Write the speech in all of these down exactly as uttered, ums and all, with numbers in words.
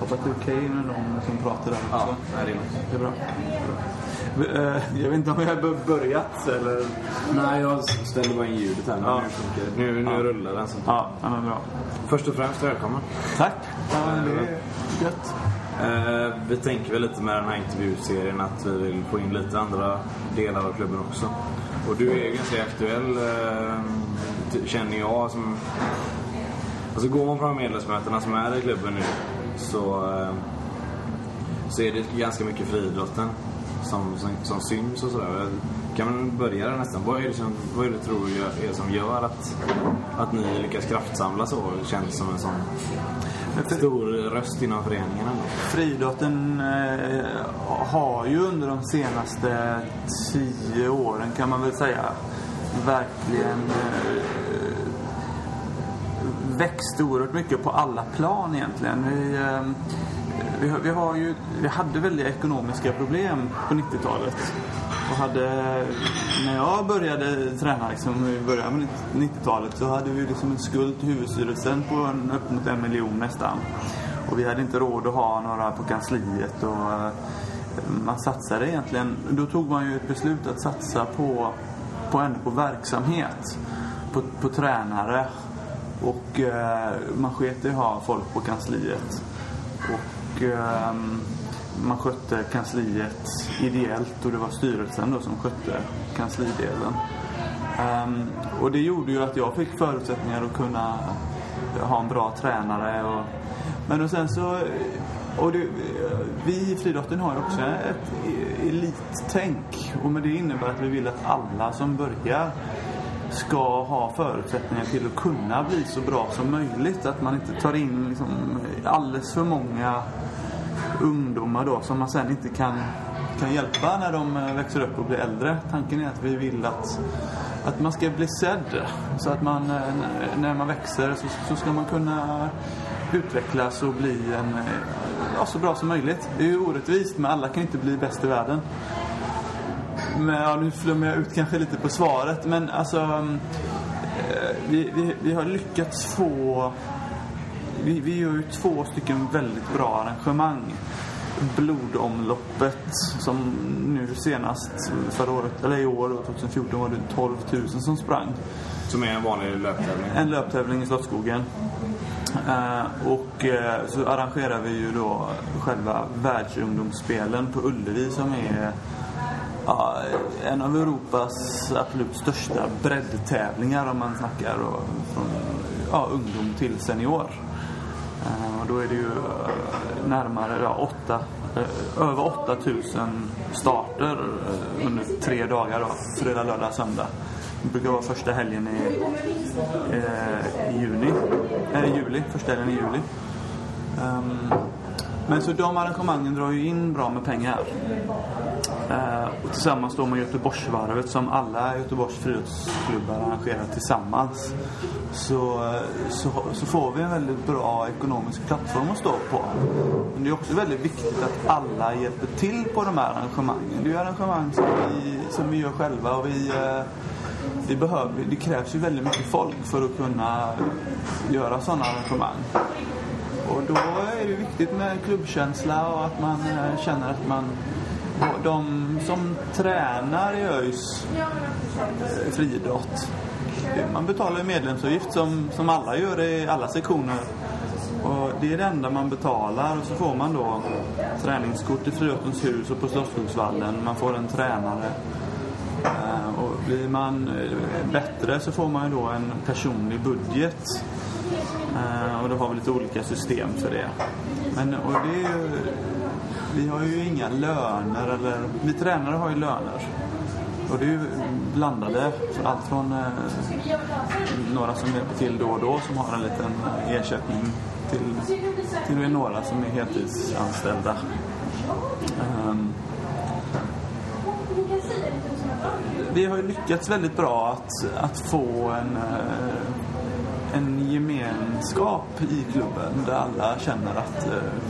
hoppas det är okej okay med någon som pratar där också. Ja, det är lugnt. Det är bra. Jag vet inte om jag har börjat eller... Nej, jag ställer bara in ljudet här. Ja. Nu, nu, nu ja. rullar den. Så. Ja, det är bra. Först och främst välkommen. Tack. Ja, det är gött. Eh, vi tänker väl lite med den här intervjuserien att vi vill få in lite andra delar av klubben också. Och du är ganska aktuell, eh, känner jag. Som, alltså går man från medlemsmötena som är i klubben nu så, eh, så är det ganska mycket friidrotten som, som, som syns och sådär. Kan man börja där nästan? Vad är det, som, vad är det tror jag är som gör att, att ni lyckas kraftsamla så? Det känns som en sån stor röst inom föreningen ändå. Friidrotten eh, har ju under de senaste tio åren kan man väl säga verkligen eh, växt oerhört mycket på alla plan egentligen. Vi, eh, vi, vi, har ju, vi hade väldigt ekonomiska problem på nittiotalet. Och hade, när jag började träna liksom, i början av nittiotalet så hade vi liksom en skuld till huvudstyrelsen på en, upp mot en miljon nästan. Och vi hade inte råd att ha några på kansliet och man satsade egentligen, då tog man ju ett beslut att satsa på, på, en, på verksamhet, på, på tränare och eh, man sket i att ha folk på kansliet. Och eh, man skötte kansliet ideellt och det var styrelsen då som skötte kanslidelen. Um, och det gjorde ju att jag fick förutsättningar att kunna ha en bra tränare. Och, men och sen så... Och det, vi i friidrotten har ju också ett elittänk. Och med det innebär att vi vill att alla som börjar ska ha förutsättningar till att kunna bli så bra som möjligt. Att man inte tar in liksom alldeles för många ungdomar då som man sen inte kan, kan hjälpa när de växer upp och blir äldre. Tanken är att vi vill att, att man ska bli sedd så att man när man växer så, så ska man kunna utvecklas och bli en, ja, så bra som möjligt. Det är ju orättvist men alla kan inte bli bäst i världen. Men ja, nu flummar jag ut kanske lite på svaret men alltså vi, vi, vi har lyckats få Vi, vi gör ju två stycken väldigt bra arrangemang. Blodomloppet som nu senast förra året, eller i år tjugo fjorton var det tolv tusen som sprang. Som är en vanlig löptävling. En löptävling i Slottsskogen. Uh, och uh, så arrangerar vi ju då själva världsungdomsspelen på Ullevi som är uh, en av Europas absolut största breddtävlingar om man snackar då, från uh, ungdom till senior. Uh, och då är det ju uh, närmare ja, åtta, uh, över åtta tusen starter uh, under tre dagar då, fredag, lördag, söndag. Det brukar vara första helgen i, uh, i juni, äh, juli, första helgen i juli. Um, men så de arrangemangen drar ju in bra med pengar. Uh, och tillsammans då med Göteborgsvarvet som alla Göteborgs friidrottsklubbar arrangerar tillsammans så, så, så får vi en väldigt bra ekonomisk plattform att stå på. Men det är också väldigt viktigt att alla hjälper till på de här arrangemangen. Det är ju arrangemang som vi, som vi gör själva och vi, uh, vi behöver, det krävs ju väldigt mycket folk för att kunna göra sådana arrangemang. Och då är det viktigt med klubbkänsla och att man uh, känner att man de som tränar i ÖIS friidrott, man betalar medlemsavgift som, som alla gör i alla sektioner och det är det enda man betalar och så får man då träningskort i Friidrottens hus och på Slottsskogsvallen, man får en tränare och blir man bättre så får man ju då en personlig budget och då har vi lite olika system för det. Men, och det är ju, vi har ju inga löner eller vi tränare har ju löner och det är ju blandade allt från eh, några som hjälper till då och då som har en liten ersättning till, till några som är heltidsanställda. Um, vi har ju lyckats väldigt bra att, att få en en gemenskap i klubben där alla känner att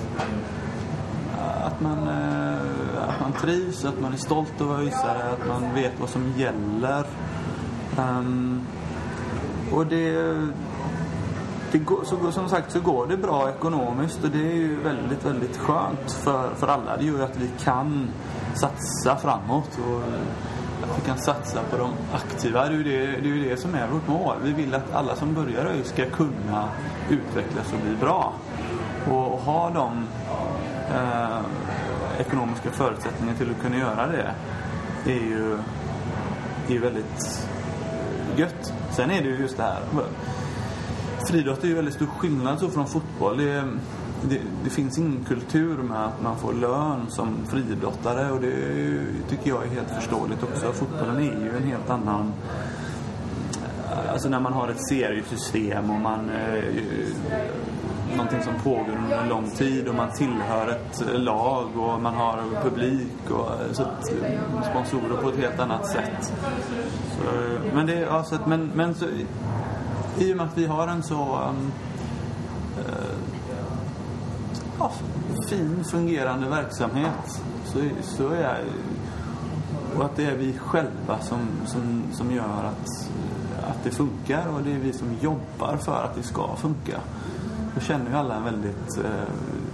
att man, att man trivs, att man är stolt över ÖISare, att man vet vad som gäller. Um, och det, det går, så, som sagt så går det bra ekonomiskt och det är ju väldigt, väldigt skönt för, för alla. Det gör ju att vi kan satsa framåt och att vi kan satsa på de aktiva. Det är ju det, det, är ju det som är vårt mål. Vi vill att alla som börjar ÖIS ska kunna utvecklas och bli bra. Och, och ha de eh, ekonomiska förutsättningar till att kunna göra det är ju, är ju väldigt gött. Sen är det ju just det här. Friidrott är ju väldigt stor skillnad så från fotboll. Det, det, det finns ingen kultur med att man får lön som friidrottare och det tycker jag är helt förståeligt också. Fotbollen är ju en helt annan... Alltså när man har ett seriesystem och man... Eh, någonting som pågår under en lång tid och man tillhör ett lag och man har publik och så att, sponsorer på ett helt annat sätt. Så, men det ja, så att, men, men så, i och med att vi har en så um, uh, ja, fin fungerande verksamhet så, så är jag, och att det är vi själva som, som, som gör att, att det funkar och det är vi som jobbar för att det ska funka. Då känner ju alla en väldigt... Eh,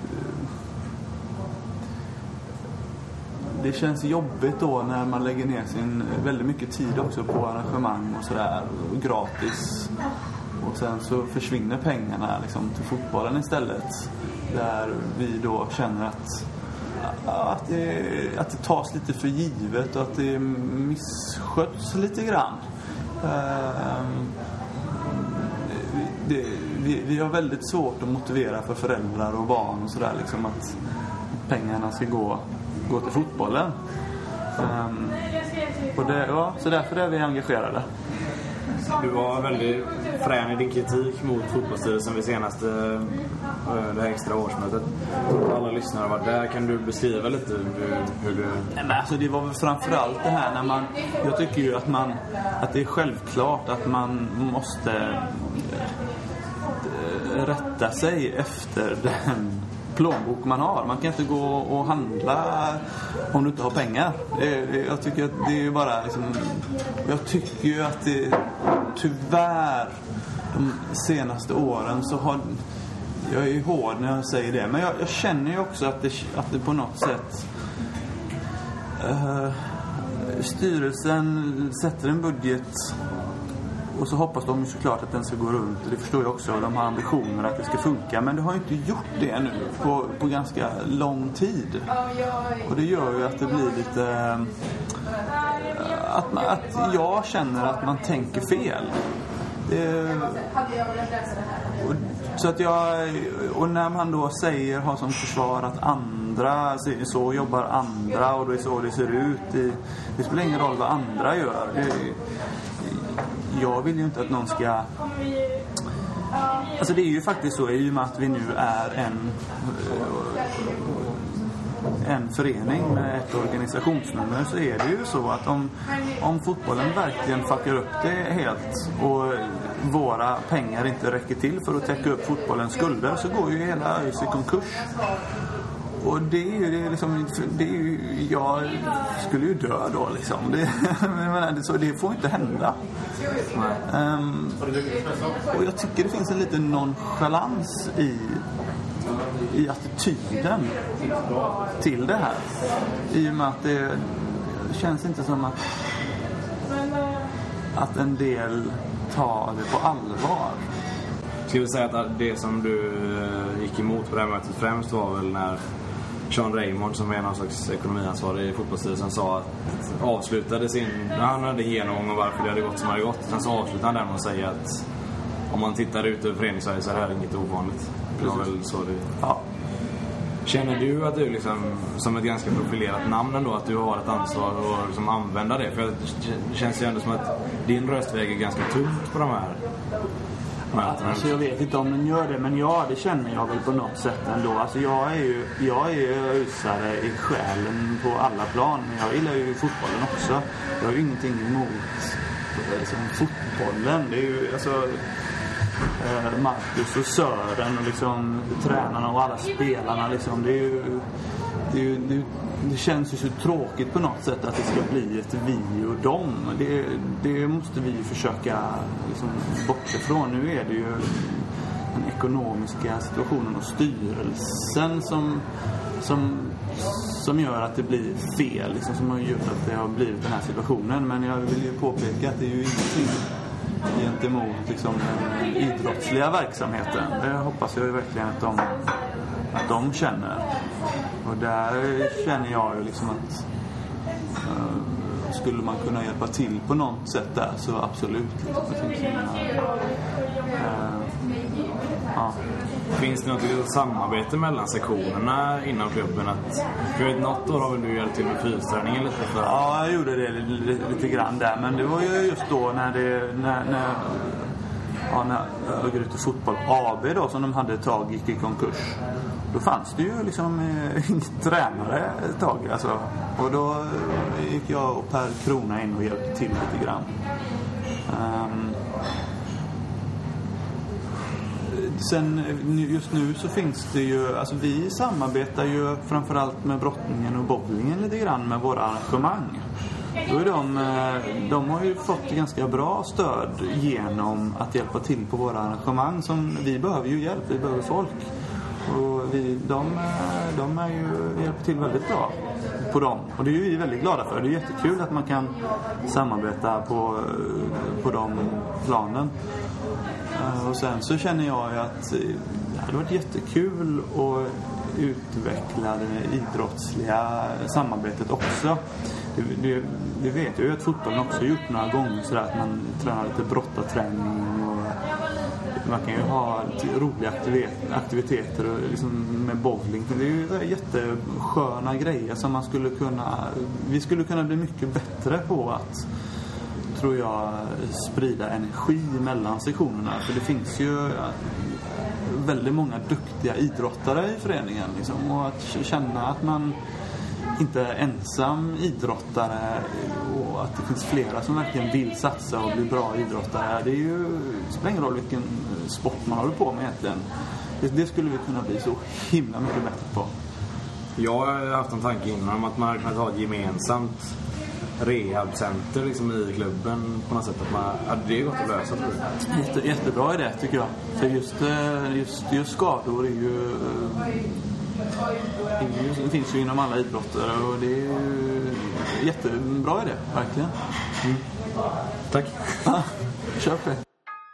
det känns jobbigt då när man lägger ner sin väldigt mycket tid också på arrangemang och sådär. Gratis. Och sen så försvinner pengarna liksom till fotbollen istället. Där vi då känner att, att, det, att det tas lite för givet och att det missköts lite grann. Eh, Det, vi, vi har väldigt svårt att motivera för föräldrar och barn och sådär liksom att pengarna ska gå, gå till fotbollen. Um, och det, ja, så därför är vi engagerade. Du var väldigt frän i din kritik mot fotbollsstyrelsen vid senaste det här extra årsmötet. Alla lyssnare var där. Kan du beskriva lite hur, hur du... Nej, men alltså det var väl framförallt det här när man... Jag tycker ju att man... Att det är självklart att man måste rätta sig efter den plånbok man har. Man kan inte gå och handla om du inte har pengar. Det, jag tycker att det är bara liksom, jag tycker ju att det tyvärr de senaste åren så har jag är ju hård när jag säger det, men jag, jag känner ju också att det, att det på något sätt uh, styrelsen sätter en budget och så hoppas de ju såklart att den ska gå runt. Det förstår jag också. De har ambitioner att det ska funka. Men det har ju inte gjort det nu på, på ganska lång tid. Och det gör ju att det blir lite... Att, man, att jag känner att man tänker fel. Det, och, så att jag... Och när man då säger, har som försvar att andra... Så jobbar andra och det är så det ser ut. Det, det spelar ingen roll vad andra gör. Det, jag vill ju inte att någon ska... Alltså det är ju faktiskt så i och med att vi nu är en en förening med ett organisationsnummer så är det ju så att om, om fotbollen verkligen fuckar upp det helt och våra pengar inte räcker till för att täcka upp fotbollens skulder så går ju hela ÖIS i konkurs. Och det är ju det är liksom, det är ju, jag skulle ju dö då liksom. Det, menar, det, så det får inte hända. Um, och jag tycker det finns en liten nonchalans i i attityden till det här. I och med att det känns inte som att att en del tar det på allvar. Ska vi säga att det som du gick emot på det här mötet främst var väl när Sean Raymond som är någon slags ekonomiansvarig i fotbollsstyrelsen sa att avslutade sin, han hade genomgång om varför det hade gått som det hade gått. Sen så avslutade han den med att säga att om man tittar ut över föreningssverige så är det här inget ovanligt. Det var väl så det... Ja. Känner du att du liksom, som ett ganska profilerat namn ändå, att du har ett ansvar att liksom använda det? För det känns ju ändå som att din röst väger ganska tungt på de här mötena. Alltså jag vet inte om den gör det, men ja, det känner jag väl på något sätt ändå. Alltså jag är ju, jag är ju ösare i själen på alla plan, men jag gillar ju fotbollen också. Jag har ju ingenting emot liksom, fotbollen. Det är ju, alltså... Marcus och Sören och liksom tränarna och alla spelarna liksom, det är ju det, är ju, det, är, det känns ju så tråkigt på något sätt att det ska bli ett vi och dem. Det, det måste vi försöka liksom borta ifrån. Nu är det ju den ekonomiska situationen och styrelsen som, som, som gör att det blir fel, liksom, som har gjort att det har blivit den här situationen. Men jag vill ju påpeka att det är ju ingenting gentemot liksom, den idrottsliga verksamheten. Det hoppas jag ju verkligen att de, att de känner. Och där känner jag ju liksom att uh, skulle man kunna hjälpa till på något sätt där, så absolut. Liksom, det finns inga, uh, ja. Finns det något litet samarbete mellan sektionerna inom klubben? Att, för ett något år har väl du hjälpt till med fysträningen lite för... Ja, jag gjorde det lite, lite grann där. Men det var ju just då när det... När, när, ja, när Örgryte Fotboll A B då, som de hade ett tag, gick i konkurs. Då fanns det ju liksom eh, ingen tränare ett tag. Alltså. Och då gick jag och Per Krona in och hjälpte till lite grann. Um, Sen just nu så finns det ju, alltså vi samarbetar ju framförallt med brottningen och bowlingen lite grann med våra arrangemang. Då är de, de har ju fått ganska bra stöd genom att hjälpa till på våra arrangemang. Som vi behöver ju hjälp, vi behöver folk. Och vi, de, de är ju, hjälper till väldigt bra på dem. Och det är ju vi väldigt glada för. Det är jättekul att man kan samarbeta på, på de planen. Och sen så känner jag ju att det hade varit jättekul att utveckla det idrottsliga samarbetet också. Det, det, det vet jag ju att fotbollen också har gjort några gånger, så att man tränar lite brottarträning och man kan ju ha roliga aktiviteter och liksom med bowling. Det är ju jättesköna grejer som man skulle kunna, vi skulle kunna bli mycket bättre på att, tror jag, sprida energi mellan sektionerna. För det finns ju väldigt många duktiga idrottare i föreningen. Liksom. Och att känna att man inte är ensam idrottare och att det finns flera som verkligen vill satsa och bli bra idrottare. Det är ju, det spelar ingen roll vilken sport man håller på med egentligen. Det, det skulle vi kunna bli så himla mycket bättre på. Jag har haft en tanke innan om att man hade kunnat ha ett gemensamt rehabcenter liksom i klubben på något sätt, att man hade det gått att lösa, tror jag. Jätte, jättebra idé tycker jag. För just, just, just skador är ju, det finns ju inom alla idrotter och det är ju jättebra idé, verkligen. Mm. Tack. Ja, köp det.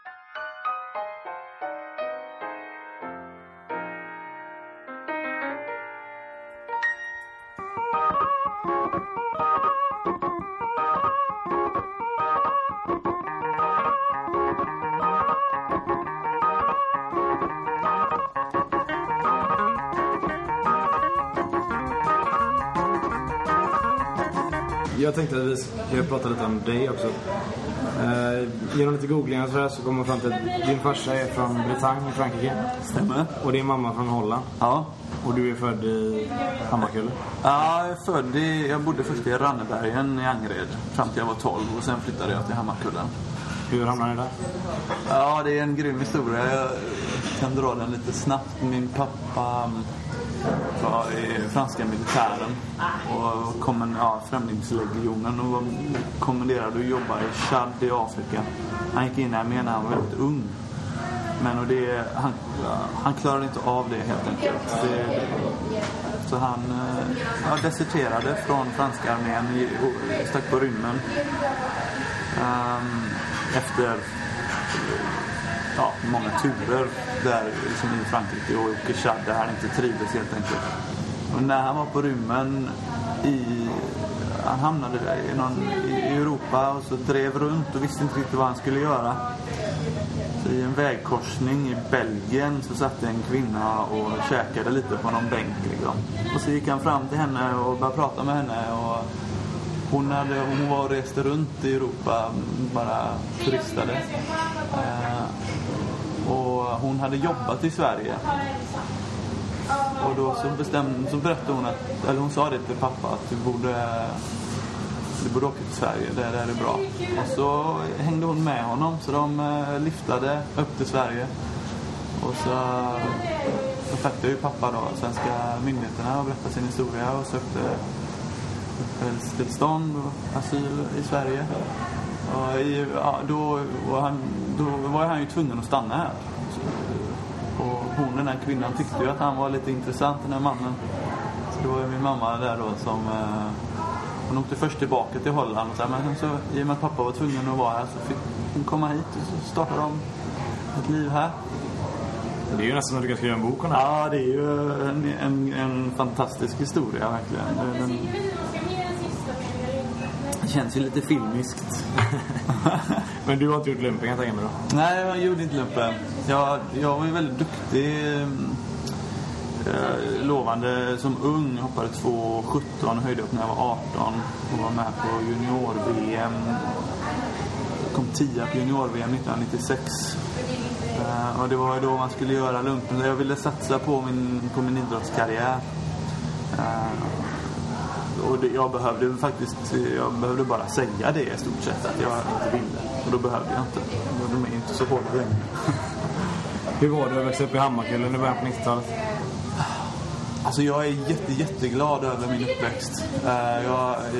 Jag tänkte att vi ska prata lite om dig också. Eh, genom lite googlingar så, här så kommer man fram till att din farsa är från Bretagne i Frankrike. Stämmer. Och din mamma från Holland. Ja. Och du är född i Hammarkulle. Ja, jag är född i, jag bodde först i Rannebergen i Angered fram till jag var tolv och sen flyttade jag till Hammarkullen. Hur hamnade ni där? Ja, det är en grym historia. Jag kan dra den lite snabbt. Min pappa var i franska militären och kom ja, främlingslegionen och var kommenderad att jobba i Chad i Afrika. Han gick in här med när han var väldigt ung. Men och det, han, han klarade inte av det helt enkelt. Det, så han ja, deserterade från franska armén och stack på rymmen. Um, efter ja, många turer där liksom i Frankrike och i Chad där han inte trivdes helt enkelt. Och när han var på rymmen i, han hamnade i, någon, i Europa och så drev runt och visste inte riktigt vad han skulle göra. Så i en vägkorsning i Belgien så satt en kvinna och käkade lite på någon bänk liksom. Och så gick han fram till henne och började prata med henne och Hon, hade, hon var och reste runt i Europa, bara turistade. Eh, och hon hade jobbat i Sverige. Och då så, bestämde, så berättade hon att, eller hon sa det till pappa att du borde, du borde åka till Sverige, det, det är bra. Och så hängde hon med honom så de eh, lyftade upp till Sverige. Och så kontaktade ju pappa då svenska myndigheterna och berättade sin historia och sökte uppehållstillstånd och asyl i Sverige. Och i, ja, då, var han, då var han ju tvungen att stanna här. Och hon, den här kvinnan, tyckte ju att han var lite intressant, den här mannen. Så det var ju min mamma där då som... Eh, hon åkte först tillbaka till Holland. Och så, men så, i och med att pappa var tvungen att vara här så fick hon komma hit och så startade de ett liv här. Det är ju nästan som att du kan skriva en bok om det. Ja, det är ju en, en, en fantastisk historia verkligen. Den, det känns ju lite filmiskt. Men du har inte gjort lumpen, jag tänker mig då? Nej, jag gjorde inte lumpen. Jag, jag var ju väldigt duktig, eh, lovande som ung. Jag hoppade två sjutton, höjde upp när jag var arton och var med på junior-V M. Jag kom tia på junior-V M nittonhundranittiosex. Uh, och det var ju då man skulle göra lumpen. Jag ville satsa på min, på min idrottskarriär. Uh, och det, jag behövde faktiskt jag behövde bara säga det i stort sett, att jag inte ville. Och då behövde jag inte. De är inte så hårda längre. Hur var det att växa upp i Hammarkullen i början på nittiotalet? Alltså jag är jätte, jätteglad över min uppväxt. Uh, jag, uh,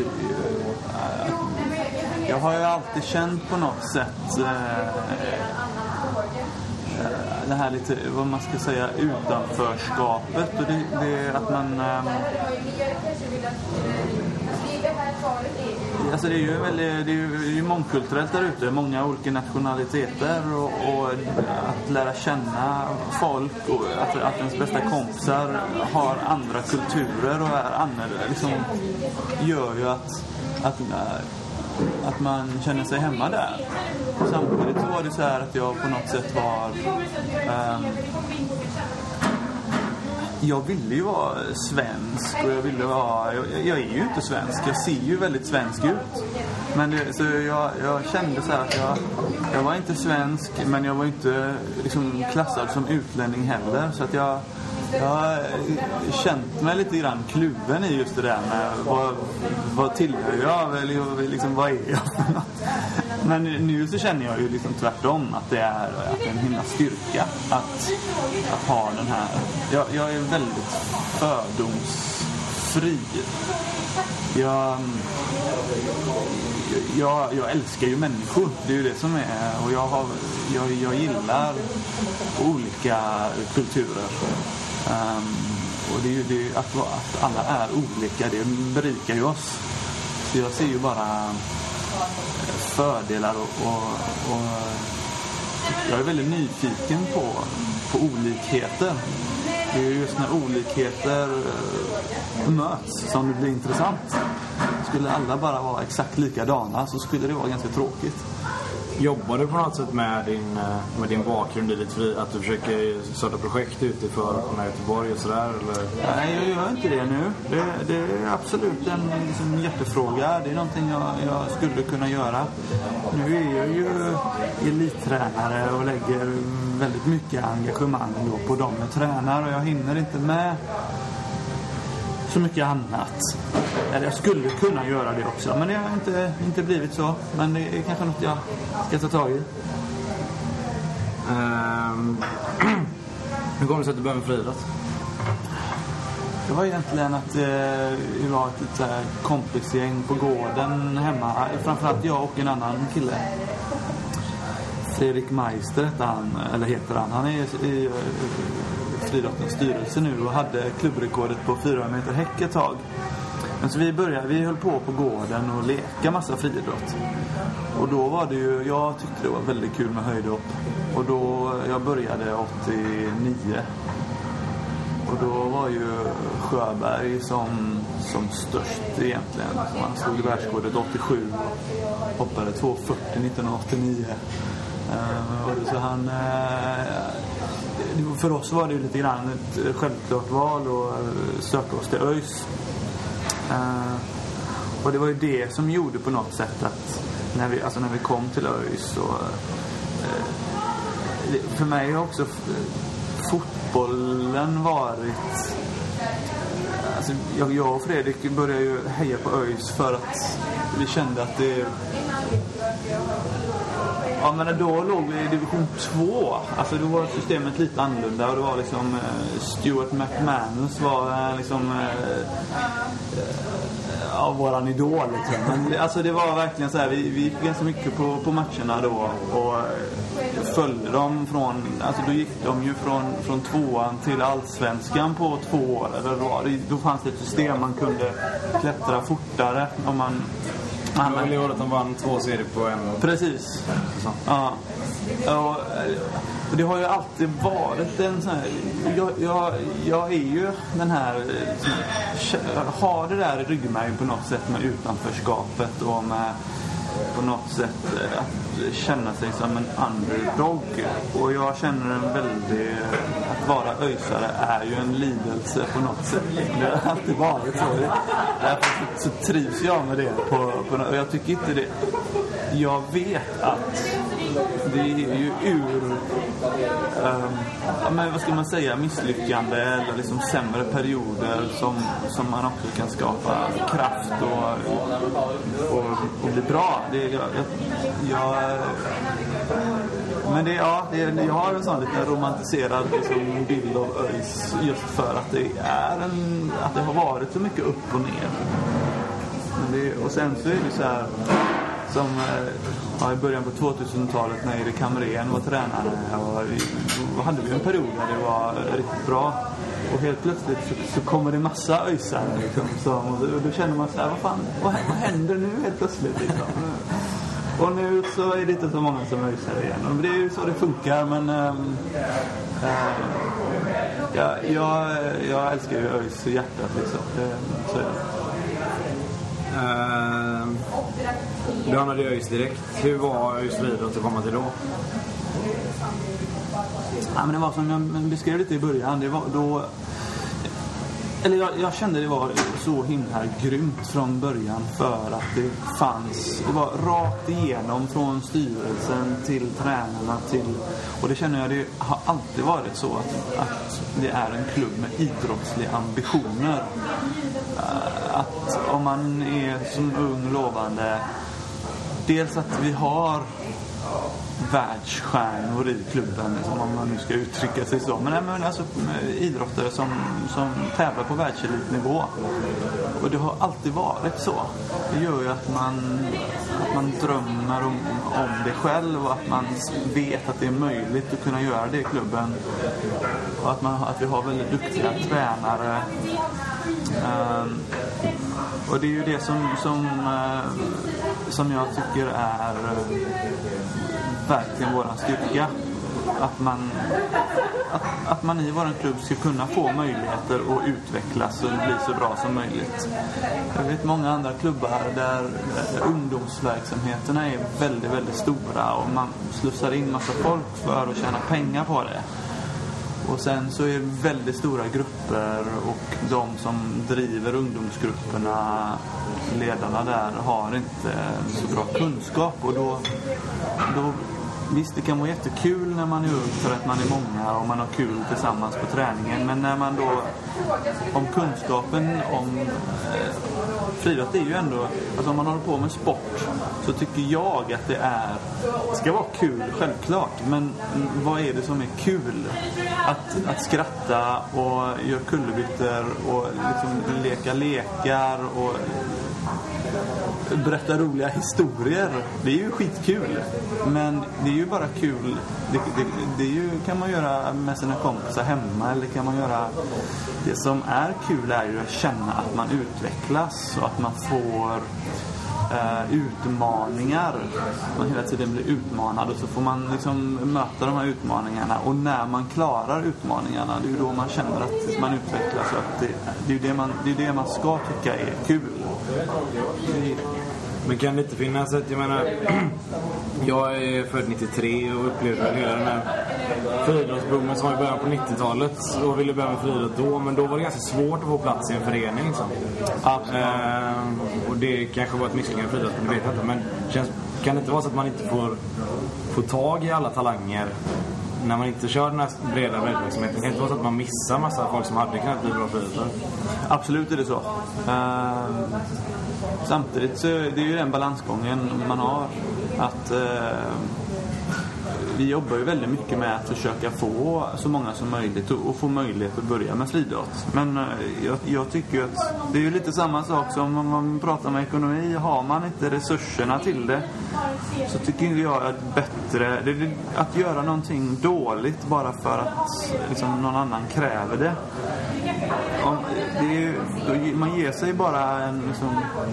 jag har ju alltid känt på något sätt... Uh, det här lite, vad man ska säga, utanförskapet. Och det, det är att man... Ähm, alltså det är ju väldigt, det är ju, det är ju mångkulturellt där ute. Många olika nationaliteter. Och, och att lära känna folk. Och att, att ens bästa kompisar har andra kulturer och är annorlunda. Liksom, gör ju att... att att man känner sig hemma där. Samtidigt så var det så här att jag på något sätt var... Um, jag ville ju vara svensk och jag ville vara... Jag, jag är ju inte svensk. Jag ser ju väldigt svensk ut. Men det, så jag, jag kände så här att jag, jag var inte svensk, men jag var inte liksom klassad som utlänning heller. Så att jag... Jag har känt mig lite grann kluven i just det där med vad, vad tillhör jag eller liksom, vad är jag för något. Men nu så känner jag ju liksom tvärtom att det är, att det är en himla styrka att, att ha den här. Jag, jag är väldigt fördomsfri. Jag, jag, jag älskar ju människor, det är ju det som är, och jag, har, jag, jag gillar olika kulturer. Um, och det är ju det, att, att alla är olika, det berikar ju oss. Så jag ser ju bara fördelar och, och, och jag är väldigt nyfiken på, på olikheter. Det är ju just när olikheter möts som det blir intressant. Skulle alla bara vara exakt likadana så skulle det vara ganska tråkigt. Jobbar du på något sätt med din, med din bakgrund i ditt fri, att du försöker starta projekt ute i förorterna i Göteborg och sådär? Eller? Nej, jag gör inte det nu. Det, det är absolut en liksom, hjärtefråga. Det är någonting jag, jag skulle kunna göra. Nu är jag ju elittränare och lägger väldigt mycket engagemang då på dem jag tränar, och jag hinner inte med så mycket annat. Eller jag skulle kunna göra det också, men det har inte, inte blivit så. Men det är kanske något jag ska ta tag i. Um, hur kommer det sig att du började med friidrott? Det var egentligen att eh, vi var ett lite kompisgäng på gården hemma. Framförallt jag och en annan kille. Fredrik Meister heter han, eller heter han. Han är i, i friidrottens styrelse nu och hade klubbrekordet på fyra meter häck ett tag. Men så vi började, vi höll på på gården och leka massa friidrott. Och då var det ju, jag tyckte det var väldigt kul med höjdhopp. Och då, jag började åttionio. Och då var ju Sjöberg som, som störst egentligen. Han stod i världsrekordet åttiosju. Hoppade två fyrtio nittonhundraåttionio. Uh, och så han... Uh, för oss var det ju lite grann ett självklart val och söka oss till ÖIS. Uh, och det var ju det som gjorde på något sätt att när vi, alltså när vi kom till ÖIS så... Uh, för mig har också fotbollen varit... Alltså jag, jag och Fredrik började ju heja på ÖIS för att vi kände att det... Ja, men då låg vi i division två. Alltså då var systemet lite annorlunda och det var liksom eh, Stuart McManus var eh, liksom eh, ja, våran idol liksom. Men alltså det var verkligen så här, vi, vi gick ganska mycket på, på matcherna då och följde dem från, alltså då gick de ju från, från tvåan till allsvenskan på två år. Eller då, då fanns det ett system man kunde klättra fortare om man... Det var väl året de vann två serier på en... Precis. Så. Ja. Och, och det har ju alltid varit en sån här... Jag, jag, jag är ju den här... Har det där i ryggmärgen på något sätt med utanförskapet och med på något sätt att känna sig som en underdog. Och jag känner en väldigt... Att vara öjsare är ju en lidelse på något sätt. Det har alltid varit så. Därför så trivs jag med det. På, på, och jag tycker inte det... Jag vet att det är ju ur... Um, men vad ska man säga? Misslyckande eller liksom sämre perioder som, som man också kan skapa kraft och, och, och bli bra. Det, jag, jag, jag, men det, ja, det, jag har en sån lite romantiserad liksom, bild av ÖIS just för att det är en, att det har varit så mycket upp och ner. Men det, och sen så är det så här som ja, i början på tvåtusentalet när Erik Hamrén var tränare och vi, då hade vi en period där det var riktigt bra och helt plötsligt så, så kommer det massa öjsar liksom, så, och, och då känner man så här, vad fan, vad, vad händer nu helt plötsligt liksom? Och nu så är det inte så många som öjsar igen och det är ju så det funkar, men ähm, äh, ja, jag, jag älskar ju ÖIS i hjärtat liksom, det, så är det. Uh, du hamnade i ÖIS direkt. Hur var ÖIS vidare att komma till då? Ja, men det var som jag beskrev lite i början. Det var då... Eller jag, jag kände det var så himla grymt från början för att det fanns... Det var rakt igenom från styrelsen till tränarna till... Och det känner jag, det har alltid varit så att, att det är en klubb med idrottsliga ambitioner. Att om man är som ung lovande, dels att vi har världsstjärnor i klubben, som om man nu ska uttrycka sig så, men, men alltså idrottare som, som tävlar på världselitnivå, och det har alltid varit så. Det gör ju att man, att man drömmer om, om det själv och att man vet att det är möjligt att kunna göra det i klubben, och att, man, att vi har väldigt duktiga tränare. Um, och det är ju det som som, uh, som jag tycker är uh, verkligen våran styrka, att man att, att man i våran klubb ska kunna få möjligheter att utvecklas och bli så bra som möjligt. Jag vet många andra klubbar där, där ungdomsverksamheterna är väldigt väldigt stora och man slussar in massa folk för att tjäna pengar på det. Och sen så är det väldigt stora grupper och de som driver ungdomsgrupperna, ledarna där, har inte så bra kunskap. Och då, då visst, det kan vara jättekul när man är ung för att man är många och man har kul tillsammans på träningen. Men när man då, om kunskapen om eh, friidrott är ju ändå, alltså om man håller på med sport, så tycker jag att det är, ska vara kul, självklart. Men vad är det som är kul? Att, att skratta och göra kullerbyttor och liksom leka lekar och berätta roliga historier. Det är ju skitkul. Men det är ju bara kul. Det, det, det är ju, kan man göra med sina kompisar hemma, eller kan man göra... Det som är kul är ju att känna att man utvecklas och att man får Uh, utmaningar. Man hela tiden blir utmanad och så får man liksom möta de här utmaningarna, och när man klarar utmaningarna, det är ju då man känner att man utvecklas, och att det, det är ju det man, det är det man ska tycka är kul. Det... Men kan det inte finnas ett, jag menar, jag är född nittiotre och upplevde hela den här friidrottsboomen som var i början på nittiotalet och ville börja med friidrott då, men då var det ganska svårt att få plats i en förening liksom. Absolut. Ehm, och det kanske var ett misslyckande friidrott, men det vet jag inte, men känns, kan det inte vara så att man inte får, får tag i alla talanger när man inte kör den här breda breddverksamheten? Det kan inte vara så att man missar massa folk som hade kunnat bli bra friidrottare? Absolut är det så. Ehm, samtidigt så är det ju den balansgången man har, att eh, vi jobbar ju väldigt mycket med att försöka få så många som möjligt och, och få möjlighet att börja med friidrott. Men jag, jag tycker att det är ju lite samma sak som om man pratar med ekonomi. Har man inte resurserna till det, så tycker jag att bättre det är att göra någonting dåligt bara för att liksom, någon annan kräver det. Om, det är ju, man ger sig bara en liksom,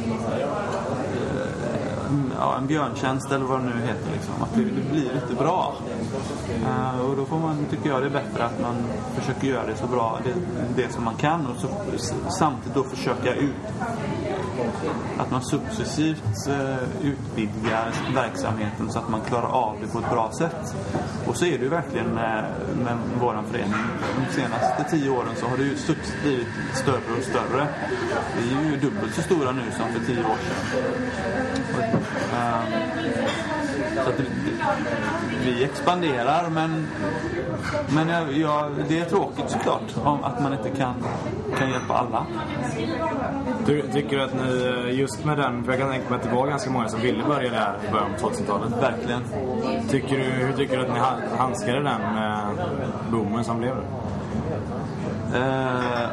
ja, en björntjänst eller vad det nu heter liksom, att det, det blir lite bra. Uh, och då får man, tycker jag det är bättre att man försöker göra det så bra det, det som man kan och så, samtidigt då försöka ut att man successivt uh, utvidgar verksamheten så att man klarar av det på ett bra sätt. Och så är det ju verkligen med, med våran förening. De senaste tio åren så har det ju successivt blivit större och större. Vi är ju dubbelt så stora nu som för tio år sedan. Um, så att det, vi expanderar, men men jag, jag, det är tråkigt såklart om att man inte kan, kan hjälpa alla. Du tycker att ni just med den, för jag kan tänka mig att det var ganska många som ville börja där i början av tvåtusentalet. Verkligen. Tycker du, hur tycker du att ni handskade den eh, boomen som blev det? Uh,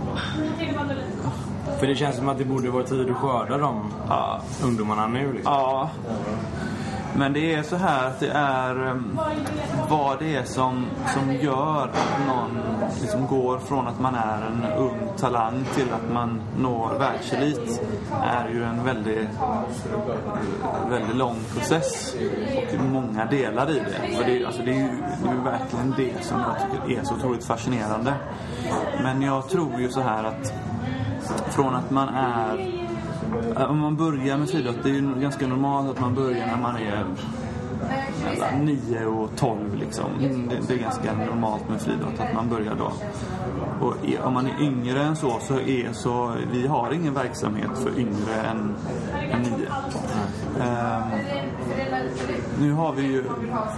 För det känns som att det borde vara tid att skörda de ja. ungdomarna nu liksom. Ja. Men det är så här att det är um, vad det är som, som gör att någon liksom går från att man är en ung talang till att man når världselit är ju en väldigt, väldigt lång process och många delar i det. För det, alltså det, är ju, det är ju verkligen det som jag tycker är så otroligt fascinerande. Men jag tror ju så här att från att man är, om man börjar med friidrott, det är ju ganska normalt att man börjar när man är nio och tolv liksom. Det, det är ganska normalt med friidrott att man börjar då. Och om man är yngre än så så är så vi har ingen verksamhet för yngre än, än nio. Um, nu har vi ju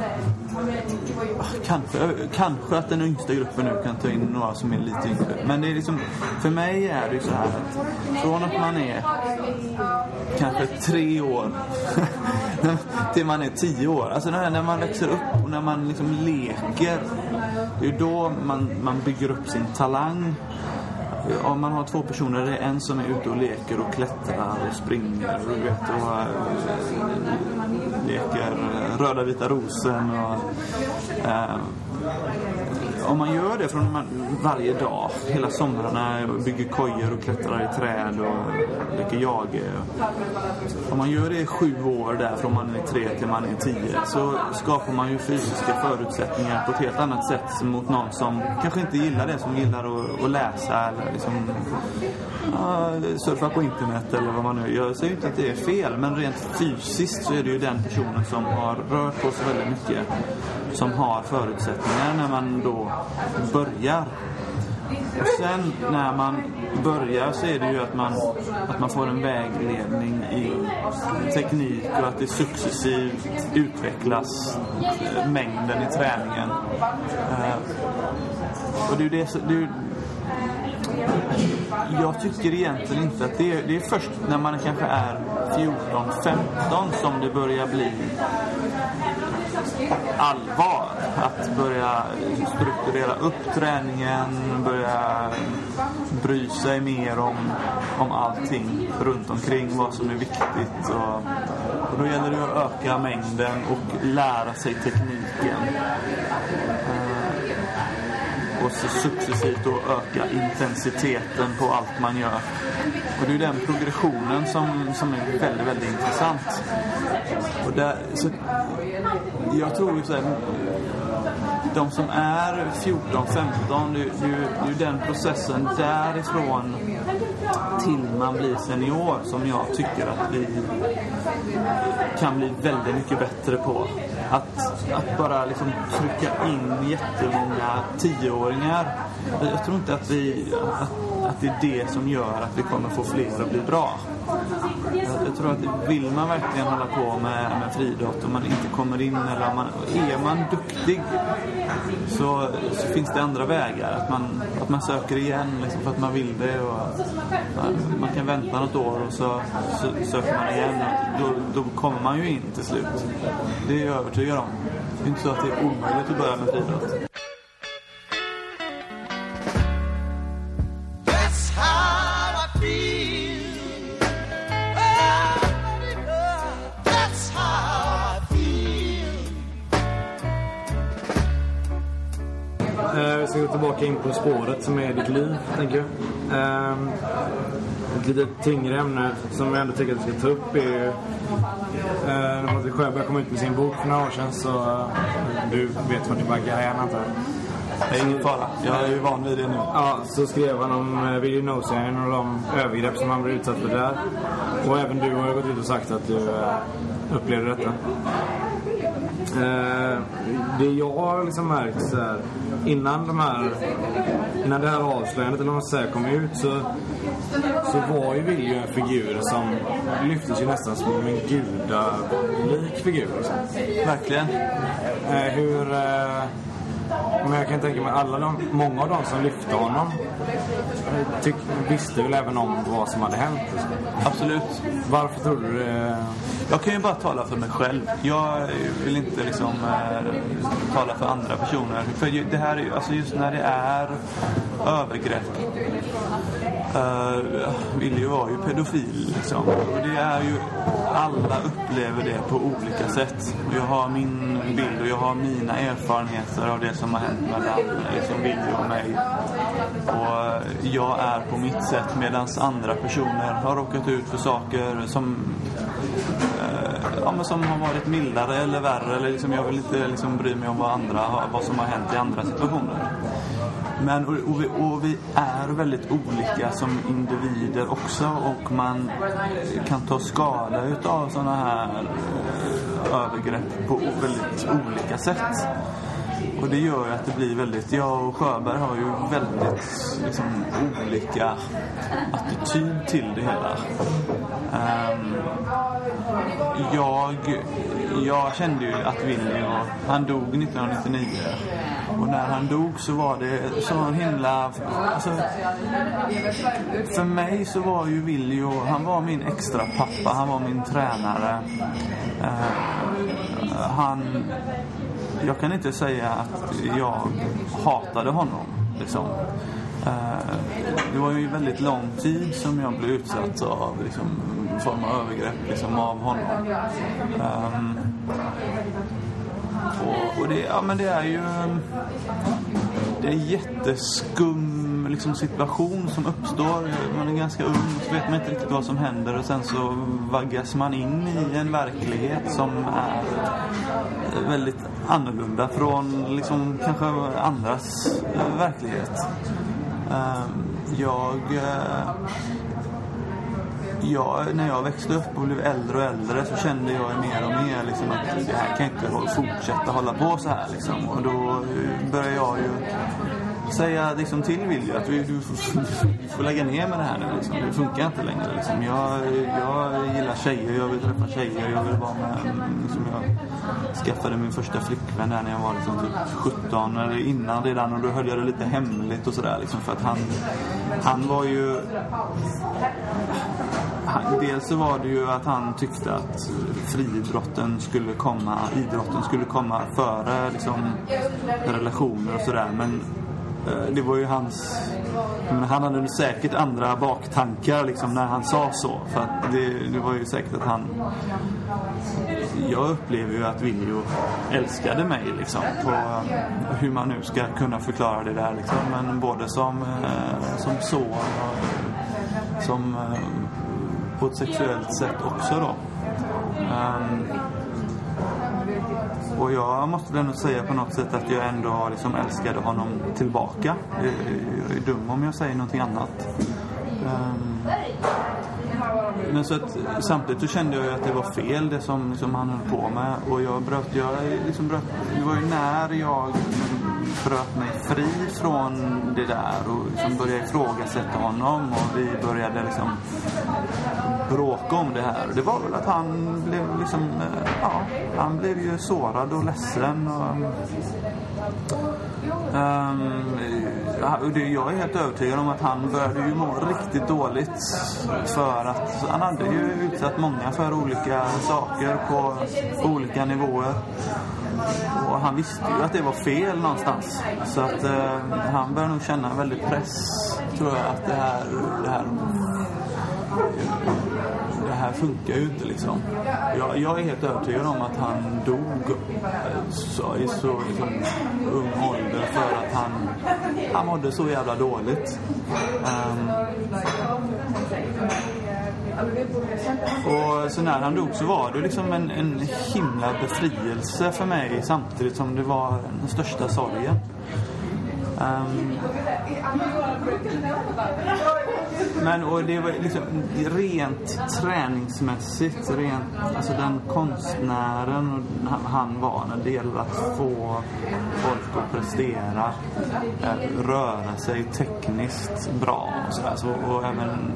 kanske, kanske att den yngsta gruppen nu kan ta in några som är lite yngre. Men det är liksom, för mig är det ju så här att från att man är kanske tre år till man är tio år. Alltså när, när man växer upp och när man liksom leker, det är då man, man bygger upp sin talang. Om man har två personer, det är en som är ute och leker och klättrar och springer och, vet, och äh, leker röda vita rosen och äh, om man gör det från man, varje dag hela somrarna, bygger kojor och klättrar i träd och leker jage, om man gör det i sju år där från man är tre till man är tio, så skapar man ju fysiska förutsättningar på ett helt annat sätt mot någon som kanske inte gillar det, som gillar att, att läsa eller liksom, uh, surfa på internet eller vad man nu gör. Jag säger inte att det är fel, men rent fysiskt så är det ju den personen som har rört på sig väldigt mycket som har förutsättningar när man då börjar. Och sen när man börjar så är det ju att man, att man får en vägledning i teknik och att det successivt utvecklas mängden i träningen. Och det är ju det, det är ju, jag tycker egentligen inte att det är, det är först när man kanske är fjorton femton som det börjar bli allvar att börja strukturera upp träningen, börja bry sig mer om, om allting runt omkring, vad som är viktigt, och, och då gäller det att öka mängden och lära sig tekniken uh, och så successivt då öka intensiteten på allt man gör. Och det är den progressionen som, som är väldigt, väldigt intressant. Och där, så, jag tror ju så här, de som är fjorton femton, det, det, det är ju den processen därifrån till man blir senior som jag tycker att vi kan bli väldigt mycket bättre på. Att, att bara liksom trycka in jättemånga tioåringar. Jag tror inte att, vi, att, att det är det som gör att vi kommer få fler att bli bra. Jag, jag tror att vill man verkligen hålla på med, med friidrott och man inte kommer in, eller man, är man duktig så, så finns det andra vägar. Att man, att man söker igen liksom, för att man vill det. Och, man, man kan vänta något år och så, så söker man igen. Då, då kommer man ju in till slut. Det är jag övertygad om. är inte så att det är omöjligt att börja med friidrott. Vi ska gå tillbaka in på spåret som är ditt liv, tänker jag. Um, ett lite tyngre ämne som jag ändå tycker att vi ska ta upp är ju... Uh, när Patrik Sjöberg kom ut med sin bok för några år sedan, så uh, du vet vad det baggar igen, antar jag. Det är ingen fara, jag är ju van vid det nu. Ja, så skrev han om uh, Willie Nosien och de övergrepp som han blev utsatt för där. Och även du har gått ut och sagt att du uh, upplevde detta. Uh, det jag har liksom märkt så här, innan de här innan det här avslöjandet eller vad man säger kom ut, så så var ju Willie en figur som lyftes ju nästan som en gudalik figur liksom. Verkligen. Uh, hur uh, men jag kan tänka mig alla de, många av dem som lyfte honom tyck, visste väl även om vad som hade hänt liksom. Absolut. Varför tror du det? Jag kan ju bara tala för mig själv. Jag vill inte liksom äh, tala för andra personer. För det här är ju, alltså just när det är övergrepp. Uh, Willie var ju pedofil liksom. Och det är ju, alla upplever det på olika sätt. Jag har min bild och jag har mina erfarenheter av det som har hänt mellan liksom Willie och mig. Och jag är på mitt sätt, medan andra personer har råkat ut för saker som Ja, men som har varit mildare eller värre, eller liksom, jag vill inte liksom bry mig om vad, andra, vad som har hänt i andra situationer. Men, och, och, vi, och vi är väldigt olika som individer också, och man kan ta skada utav sådana här övergrepp på väldigt olika sätt. Och det gör ju att det blir väldigt... Jag och Sjöberg har ju väldigt liksom, olika attityd till det hela. Um, jag, jag kände ju att Willie, han dog nittonhundranittionio. Och när han dog så var det så en himla... Alltså, för mig så var ju Willie, han var min extra pappa, han var min tränare. Uh, han... Jag kan inte säga att jag hatade honom liksom. Det var ju väldigt lång tid som jag blev utsatt av liksom, en form av övergrepp liksom, av honom. Um, och, och det, ja, men det är ju det är en jätteskum liksom, situation som uppstår. Man är ganska ung, så vet man inte riktigt vad som händer, och sen så vaggas man in i en verklighet som är väldigt annorlunda från liksom, kanske andras äh, verklighet. Uh, jag, uh, jag när jag växte upp och blev äldre och äldre, så kände jag mer och mer liksom, att det här kan inte fortsätta hålla på så här liksom. Och då började jag ju säga liksom, till Willie att vi, du, du får lägga ner med det här nu liksom. Det funkar inte längre liksom. jag, jag gillar tjejer, jag vill träffa tjejer, jag vill vara med liksom, jag skaffade min första flickvän där när jag var liksom, typ sjutton eller innan redan, och då höll jag det lite hemligt och sådär liksom, för att han han var ju han, dels så var det ju att han tyckte att friidrotten skulle komma idrotten skulle komma före liksom, relationer och sådär, men det var ju hans... Men han hade säkert andra baktankar liksom, när han sa så. För att det, det var ju säkert att han... Jag upplever ju att Willie älskade mig liksom, på hur man nu ska kunna förklara det där liksom. Men både som, som son och som på ett sexuellt sätt också då. Um, Och jag måste ändå säga på något sätt att jag ändå liksom älskade honom tillbaka. Jag är dum om jag säger någonting annat. Um, men så att, samtidigt så kände jag ju att det var fel det som, som han höll på med. Och jag bröt, jag liksom bröt, det var ju när jag bröt mig fri från det där och liksom började ifrågasätta honom, och vi började liksom bråka om det här. Det var väl att han blev liksom, ja, han blev ju sårad och ledsen och, um, det, jag är helt övertygad om att han började ju må riktigt dåligt, för att han hade ju utsatt många för olika saker på olika nivåer. och han visste ju att det var fel någonstans. Så att eh, han började nog känna en väldigt press, tror jag, att det här, det här, det här funkar ju inte liksom. Jag, jag är helt övertygad om att han dog så, i så liksom, ung ålder för att han, han mådde så jävla dåligt. Um, Och så när han dog så var det liksom en, en himla befrielse för mig, samtidigt som det var den största sorgen. Um, men och det var liksom rent träningsmässigt, rent, alltså den konstnären han var när det gäller att få folk att prestera, röra sig tekniskt bra och sådär, så, och även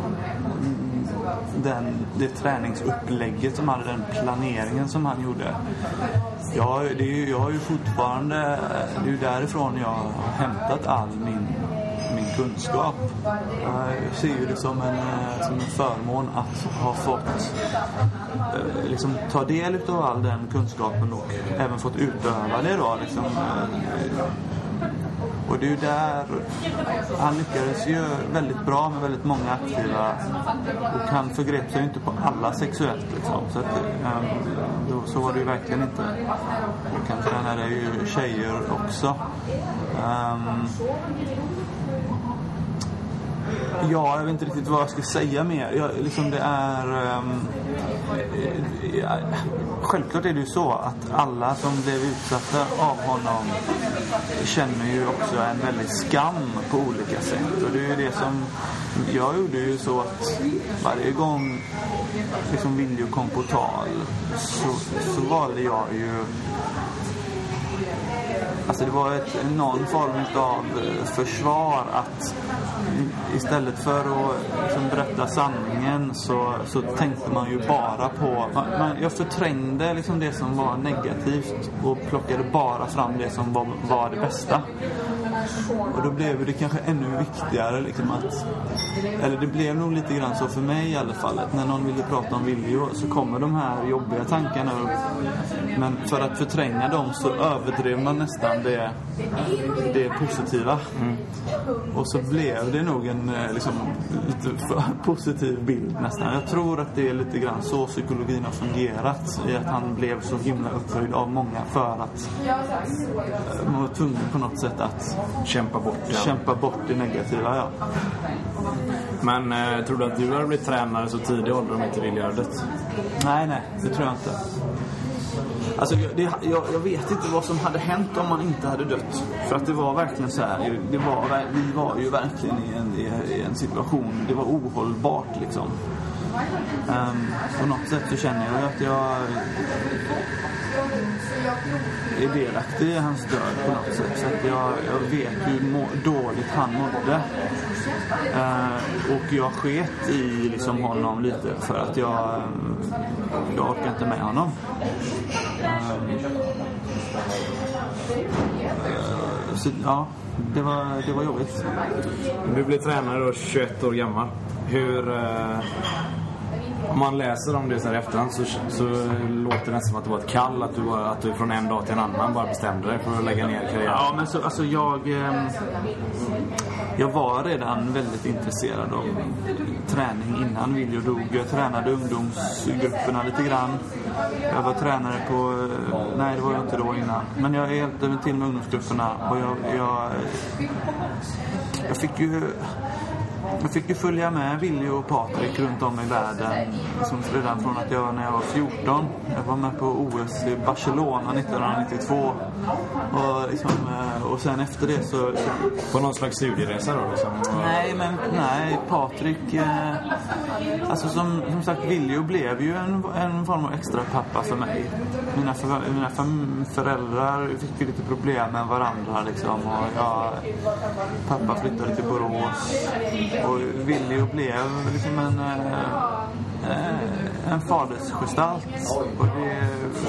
den, det träningsupplägget som hade, den planeringen som han gjorde. Ja, det är ju, jag har ju fortfarande, det är ju därifrån jag har hämtat all min, min kunskap. Jag ser ju det som en, som en förmån att ha fått liksom ta del av all den kunskapen och även fått utöva det då liksom. Och det är ju där han lyckades ju väldigt bra med väldigt många aktiva, och han förgrep sig inte på alla sexuellt liksom. Så, att, um, då, så var det ju verkligen inte. Och kanske den här är ju tjejer också. Um, ja, jag vet inte riktigt vad jag ska säga mer. Jag, liksom det är... Um, ja, självklart är det ju så att alla som blev utsatta av honom känner ju också en väldigt skam på olika sätt. Och det är ju det som jag gjorde ju så att varje gång liksom Viljo kom på tal så, så valde jag ju, alltså det var ett, någon form av försvar att istället för att liksom berätta sanningen så, så tänkte man ju bara på, man, man, jag förträngde liksom det som var negativt och plockade bara fram det som var, var det bästa. Och då blev det kanske ännu viktigare liksom att, eller det blev nog lite grann så för mig i alla fall, att när någon ville prata om Viljo så kommer de här jobbiga tankarna upp. Men för att förtränga dem så överdrev man nästan det, det positiva. Mm. Och så blev det nog en liksom, lite för positiv bild nästan. Jag tror att det är lite grann så psykologin har fungerat, i att han blev så himla upphöjd av många för att man var tvungen på något sätt att kämpa bort, ja. kämpa bort det negativa, ja. Men eh, tror du att du hade blivit tränare så tidigt ålder om inte ville göra det? Nej, nej, det tror jag inte. Alltså, det, jag, jag vet inte vad som hade hänt om man inte hade dött. För att det var verkligen så här, det var, vi var ju verkligen i en, i en situation, det var ohållbart liksom. Um, på något sätt så känner jag att jag är delaktig i hans död på något sätt. Så att jag, jag vet hur må, dåligt han mådde. Uh, och jag sket i liksom honom lite för att jag, jag orkar inte med honom. Um, uh, så ja, det var, det var jobbigt. Du blev tränare då tjugoett år gammal. Hur... Uh... Om man läser om det så här efterhand så, så låter det nästan som att det var ett kall, att du, var, att du från en dag till en annan bara bestämde dig för att lägga ner karriären. Ja, men så, alltså jag eh, jag var redan väldigt intresserad av träning innan Viljo dog. Jag tränade ungdomsgrupperna lite grann. Jag var tränare på, nej det var jag inte då innan, men jag hjälpte till med ungdomsgrupperna och jag jag, jag fick ju Jag fick ju följa med Viljo och Patrik runt om i världen liksom redan från att jag när jag var fjorton. Jag var med på O S i Barcelona nittonhundranittiotvå och, liksom, och sen efter det så... På någon slags studieresa då liksom? Nej, men nej, Patrik eh, alltså som, som sagt, Viljo blev ju en, en form av extra pappa för mig. Mina, för, mina föräldrar fick ju lite problem med varandra liksom, och jag, pappa flyttade till Borås. Och Viljo blev liksom en, en fadersgestalt. Och det,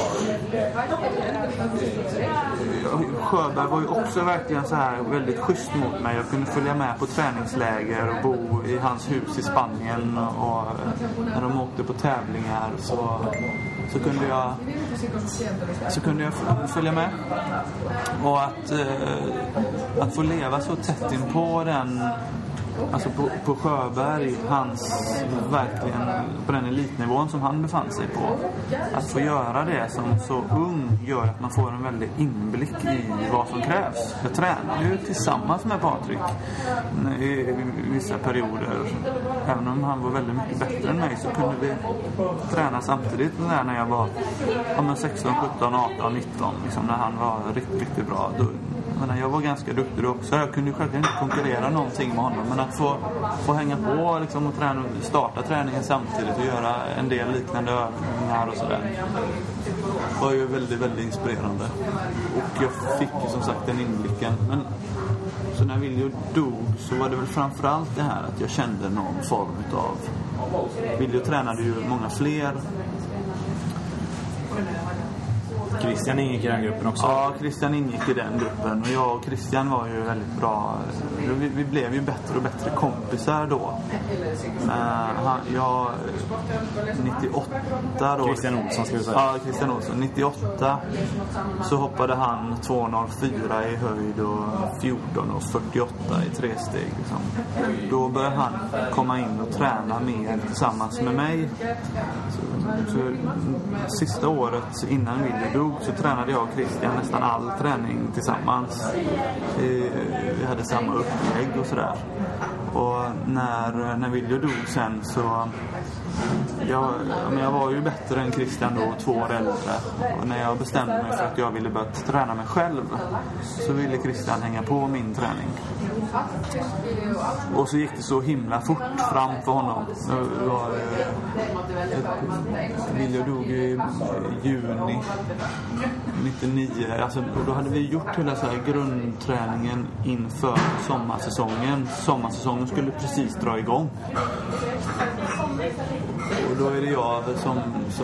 Sjöberg var ju också verkligen så här väldigt schysst mot mig. Jag kunde följa med på träningsläger och bo i hans hus i Spanien. Och när de åkte på tävlingar så, så kunde jag så kunde jag följa med. Och att, eh, att få leva så tätt in på den, alltså på, på Sjöberg, hans verkligen på den elitnivån som han befann sig på. Att få göra det som så ung gör att man får en väldigt inblick i vad som krävs. Jag tränar ju tillsammans med Patrik i vissa perioder. Även om han var väldigt mycket bättre än mig så kunde vi träna samtidigt där när jag var ja, sexton, sjutton, arton, nitton. Liksom när han var riktigt, riktigt bra. Då, men jag var ganska duktig också. Jag kunde själv inte konkurrera någonting med honom. Men att få, få hänga på liksom, och träna, starta träningen samtidigt och göra en del liknande övningar och sådär var ju väldigt, väldigt inspirerande. Och jag fick ju som sagt den inblicken. Men så när Viljo dog så var det väl framförallt det här att jag kände någon form av... Viljo tränade ju många fler. Christian ingick i den gruppen också. Ja, Christian ingick i den gruppen. Och jag och Christian var ju väldigt bra. Vi, vi blev ju bättre och bättre kompisar då. Uh, han, jag, nittioåtta då. Christian Olsson ska vi säga. Ja, Christian Olsson. nittioåtta så hoppade han två noll fyra i höjd och fjorton och fyrtioåtta i tre steg. Liksom. Då började han komma in och träna mer tillsammans med mig. Så, så, sista året innan Viljo dog så tränade jag och Christian nästan all träning tillsammans. Vi, vi hade samma upplägg och sådär. Och när, när Viljo dog sen så... Jag, men jag var ju bättre än Christian då, två år äldre. Och när jag bestämde mig för att jag ville börja träna mig själv så ville Christian hänga på min träning. Och så gick det så himla fort fram för honom. Det var, Viljo dog i juni nittionio. Alltså, och då hade vi gjort hela så här grundträningen inför sommarsäsongen. Sommarsäsongen skulle precis dra igång. Och då är det jag som, som,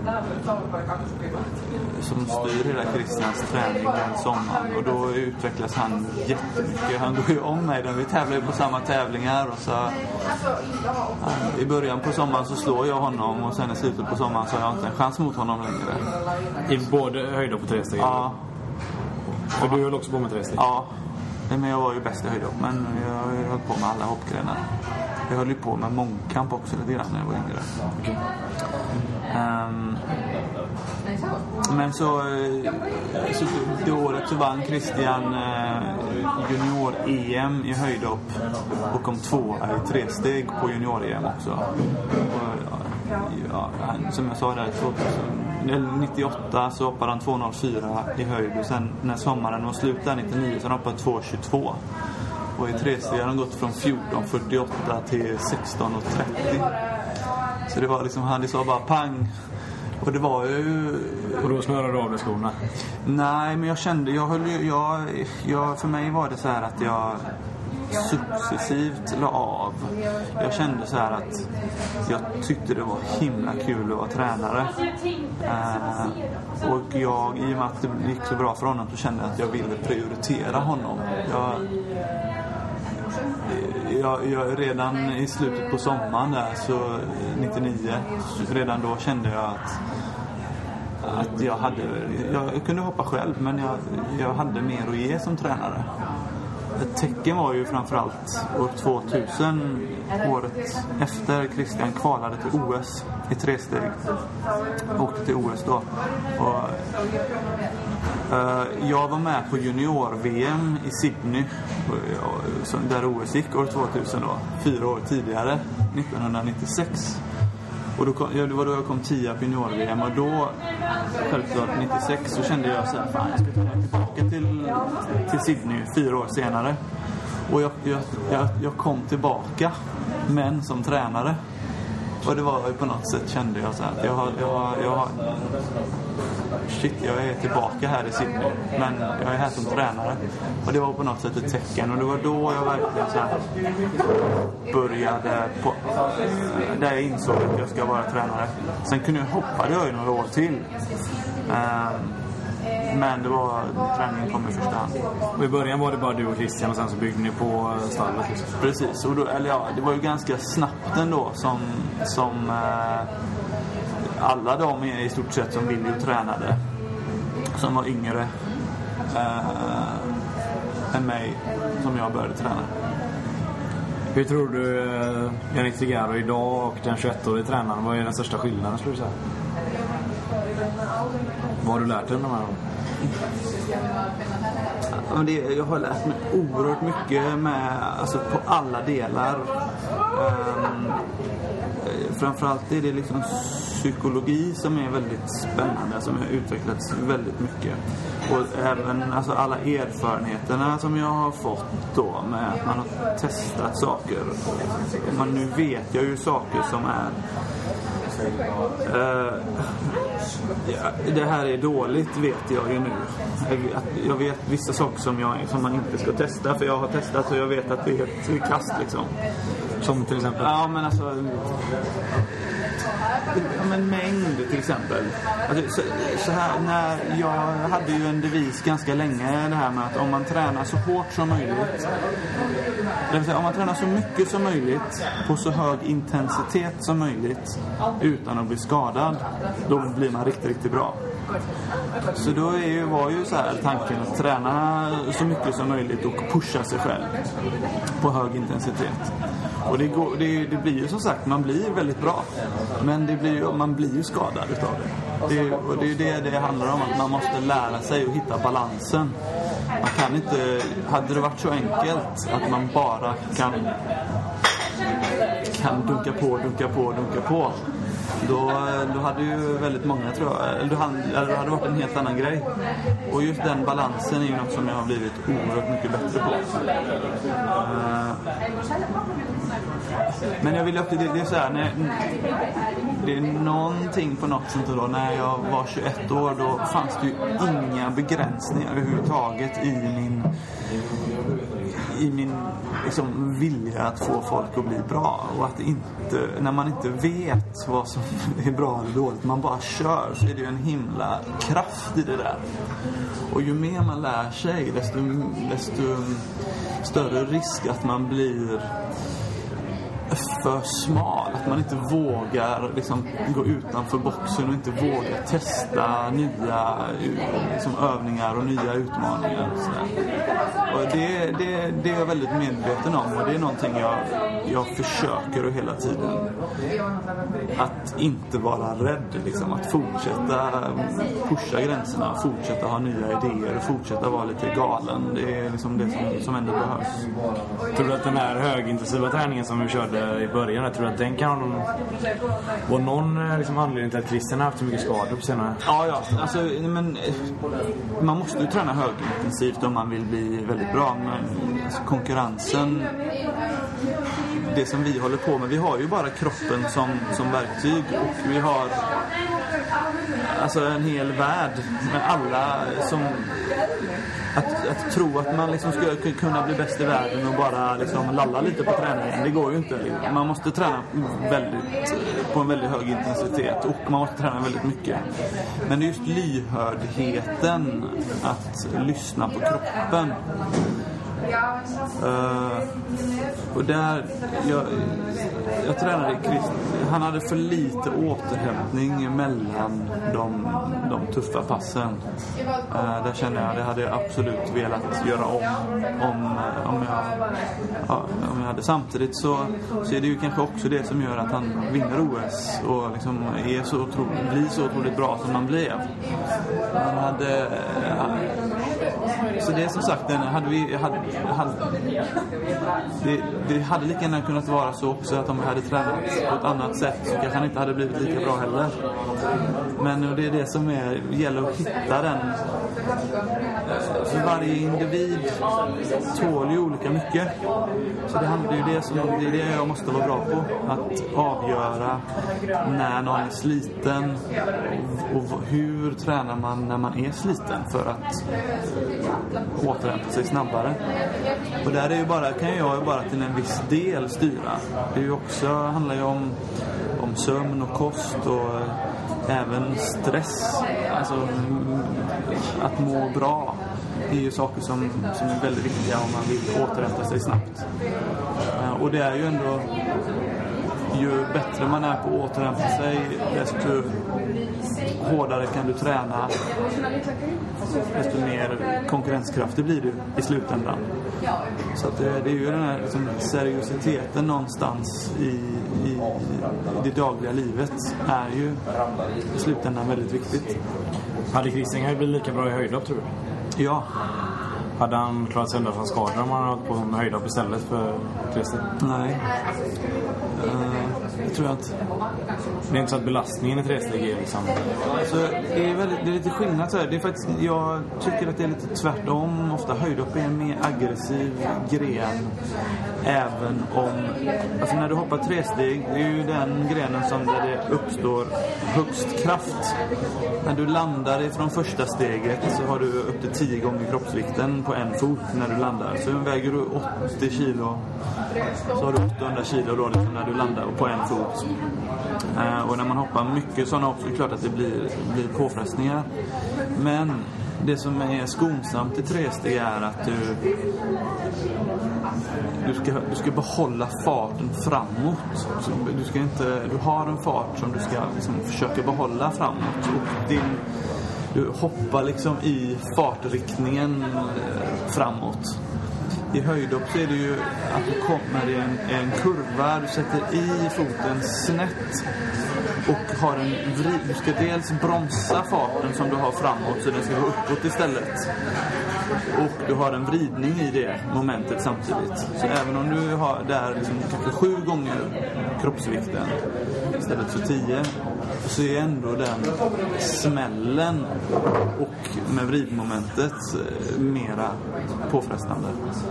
som styr hela Christians träning den sommaren. Och då utvecklas han jättemycket. Han går ju om mig. Vi tävlar ju på samma tävlingar. Och så, ja, i början på sommaren så slår jag honom. Och sen i slutet på sommaren så har jag inte en chans mot honom längre. I både höjder på tre steg? Ja. För du höll också på med tre steg? Ja. Men jag var ju bäst i höjdhopp. Men jag höll på med alla hoppgrenar. Jag höll ju på med mångkamp också lite grann när jag var yngre. Okay. Um, men så, så det året så vann Christian uh, junior-E M i höjdhopp och kom två i tre steg på junior-E M också. Och, ja, han, som jag sa där, nittioåtta så hoppade han två noll fyra i höjd och sen när sommaren var slut där nittionio så han hoppade två tjugotvå. Och i tre steg har han gått från fjorton fyrtioåtta till sexton trettio. Så det var liksom, han sa bara pang. Och det var ju... Och då snörade av dig skorna? Nej, men jag kände, jag höll ju, jag, jag, för mig var det så här att jag successivt la av. Jag kände så här att jag tyckte det var himla kul att vara tränare. Eh, och jag, i och med att det gick så bra för honom, så kände jag att jag ville prioritera honom. Jag... Jag, jag, redan i slutet på sommaren där, så nittionio, redan då kände jag att, att jag hade, jag kunde hoppa själv, men jag, jag hade mer att ge som tränare. Ett tecken var ju framförallt år tvåtusen, året efter Christian kvalade till O S i tre steg. Åkte till O S då. Och, uh, jag var med på junior-V M i Sydney, där O S gick år tvåtusen då, fyra år tidigare, nittonhundranittiosex. Och då kom, ja, det var då jag kom tia på junior-V M. Och då, självklart nittiosex, så kände jag så här, fan, jag ska ta mig tillbaka till, till Sydney fyra år senare. Och jag, jag, jag, jag kom tillbaka, men som tränare. Och det var ju på något sätt, kände jag så här, att jag har, jag har, jag har, shit, jag är tillbaka här i Sydney, men jag är här som tränare. Och det var på något sätt ett tecken. Och det var då jag verkligen så här började på, där jag insåg att jag ska vara tränare. Sen kunde jag hoppa det några år till. Men det var, träningen kom i första hand. Och i början var det bara du och Christian, och sen så byggde ni på stallet liksom. Precis, och då, eller ja, det var ju ganska snabbt ändå som, som eh, alla de är i stort sett som Willy tränade, som var yngre äh, än mig, som jag började träna. Hur tror du uh, Yannick Tregaro idag och den tjugoett-årige tränaren, vad är den största skillnaden skulle du säga? Vad har du lärt dig om de här åren? Ja, men det, jag har lärt mig oerhört mycket med, alltså, på alla delar. Um, framförallt är det liksom psykologi som är väldigt spännande, som har utvecklats väldigt mycket. Och även alltså, alla erfarenheterna som jag har fått då med att man har testat saker. Man, nu vet jag ju saker som är uh, ja, det här är dåligt, vet jag ju nu. Jag vet vissa saker som, jag, som man inte ska testa, för jag har testat och jag vet att det är ett kast liksom. Som till exempel? Ja, men alltså... Ja, men mängd till exempel. Alltså, så, så här, när jag hade ju en devis ganska länge, det här med att om man tränar så hårt som möjligt, det vill säga om man tränar så mycket som möjligt på så hög intensitet som möjligt utan att bli skadad, då blir man riktigt, riktigt bra. Så då är ju, var ju så här tanken att träna så mycket som möjligt och pusha sig själv på hög intensitet. Och det, går, det, det blir ju som sagt, man blir väldigt bra, men det blir ju, man blir ju skadad utav det. det och det är ju det det handlar om, att man måste lära sig att hitta balansen. Man kan inte, hade det varit så enkelt att man bara kan kan dunka på, dunka på, dunka på, Då, då hade ju väldigt många, tror jag, eller då hade det varit en helt annan grej. Och just den balansen är ju något som jag har blivit oerhört mycket bättre på. Uh, men jag vill också, det, det är så här, när, det är någonting på något sätt då, när jag var tjugoett år, då fanns det ju inga begränsningar överhuvudtaget i min i min liksom, vilja att få folk att bli bra. Och att inte, när man inte vet vad som är bra eller dåligt, man bara kör, så är det ju en himla kraft i det där. Och ju mer man lär sig, desto, desto större risk att man blir för smal, att man inte vågar liksom gå utanför boxen och inte vågar testa nya liksom, övningar och nya utmaningar och sådär. Och det, det, det är jag väldigt medveten om, och det är någonting jag, jag försöker hela tiden att inte vara rädd liksom, att fortsätta pusha gränserna, fortsätta ha nya idéer och fortsätta vara lite galen. Det är liksom det som, som ändå behövs. Tror du att den här högintensiva träningen som vi körde i början, jag tror att den kan vara någon liksom, anledning till att Christian har haft så mycket skador på senare? Ja, ja. Alltså, men, man måste ju träna högintensivt om man vill bli väldigt bra, men alltså, konkurrensen, det som vi håller på med, vi har ju bara kroppen som, som verktyg, och vi har alltså en hel värld med alla som att, att tro att man liksom ska kunna bli bäst i världen och bara liksom lalla lite på träningen, det går ju inte. Man måste träna väldigt, på en väldigt hög intensitet, och man måste träna väldigt mycket. Men det är just lyhördheten, att lyssna på kroppen. Uh, och där jag, jag tränade i Chris, han hade för lite återhämtning mellan de, de tuffa passen. Uh, där kände jag, det hade jag absolut velat göra om om, om, jag, ja, om jag hade. Samtidigt så, så är det ju kanske också det som gör att han vinner O S och liksom är så otro, blir så otroligt bra som han blev. Han hade uh, så det är som sagt, den hade vi hade, hade, det, det hade lika gärna kunnat vara så också, att om jag hade tränat på ett annat sätt så kanske han inte hade blivit lika bra heller. Men det är det som är, gäller att hitta den. För varje individ tål ju olika mycket. Så det handlar ju det som det är det jag måste vara bra på, att avgöra när någon är sliten och hur tränar man när man är sliten för att återhämta sig snabbare. Och där är ju bara, kan jag ju bara till en viss del styra. Det är ju också, handlar ju om, om sömn och kost och även stress. Alltså att må bra. Det är ju saker som, som är väldigt viktiga om man vill återhämta sig snabbt. Och det är ju ändå, ju bättre man är på att återhämta sig, desto hårdare kan du träna, desto mer konkurrenskraftig blir du i slutändan. Så att det, det är ju den här liksom, seriositeten någonstans i, i, i det dagliga livet är ju i slutändan väldigt viktigt. Hade Christian blivit lika bra i höjdhopp, tror du? Ja. Hade han klarat sig undan från skador om han hade på en höjdhopp istället för Christian? Nej. Uh, det tror jag inte. Det är inte så att belastningen i tresteg är liksom... Alltså, det är, väldigt, det är lite skillnad så här. Det är faktiskt, jag tycker att det är lite tvärtom. Ofta höjdhopp är en mer aggressiv gren. Även om... Alltså när du hoppar tresteg, det är ju den grenen som där det uppstår högst kraft. När du landar ifrån första steget så har du upp till tio gånger kroppsvikten på en fot när du landar. Så väger du åttio kilo, så har du åttahundra kilo då liksom när du landar på en fot. Uh, och när man hoppar mycket sådana också är det klart att det blir, blir påfrestningar. Men det som är skonsamt i tresteg är att du du ska, du ska behålla farten framåt. Så du, ska inte, du har en fart som du ska liksom försöka behålla framåt. Och din, du hoppar liksom i fartriktningen framåt. I höjdhopp så är det ju att du kommer i en, en kurva, du sätter i foten snett och har en vrid, du ska dels bromsa farten som du har framåt så den ska gå uppåt istället. Och du har en vridning i det momentet samtidigt. Så även om du har där liksom kanske sju gånger kroppsvikten istället för tio, så är ändå den smällen och med vridmomentet mera påfrestande.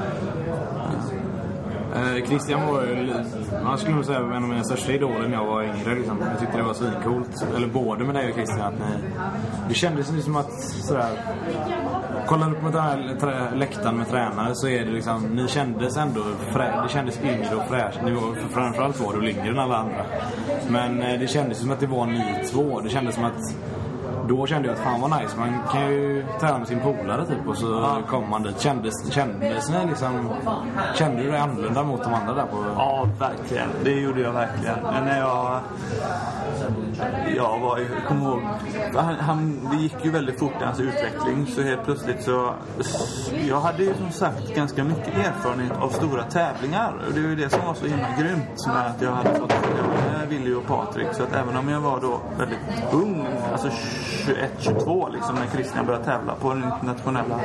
Eh, Christian var ju, man skulle nog säga, en av mina största idoler när jag var yngre liksom. Jag tyckte det var svincoolt, eller både med dig och Christian, att ni, det kändes som att sådär, kollar du på den här läktaren med tränare så är det liksom, ni kändes ändå frä, det kändes yngre och fräscht. Ni var, framförallt var du yngre än alla andra, men eh, det kändes som att det var ni två. Det kändes som att då kände jag att fan var nice. Man kan ju träna med sin polare typ, och så ja. Kommer man dit. Kändes, kändes ni liksom, kände du dig annorlunda mot de andra där på? Ja, verkligen. Det gjorde jag verkligen. Men när jag jag var ju, kom ihåg, han, han, det gick ju väldigt fort i hans utveckling, så helt plötsligt så jag hade ju som sagt ganska mycket erfarenhet av stora tävlingar, och det är ju det som var så himla grymt med att jag hade fått med Willy och Patrik. Så att även om jag var då väldigt ung, alltså tjugoett tjugotvå liksom, när Christian började tävla på den internationella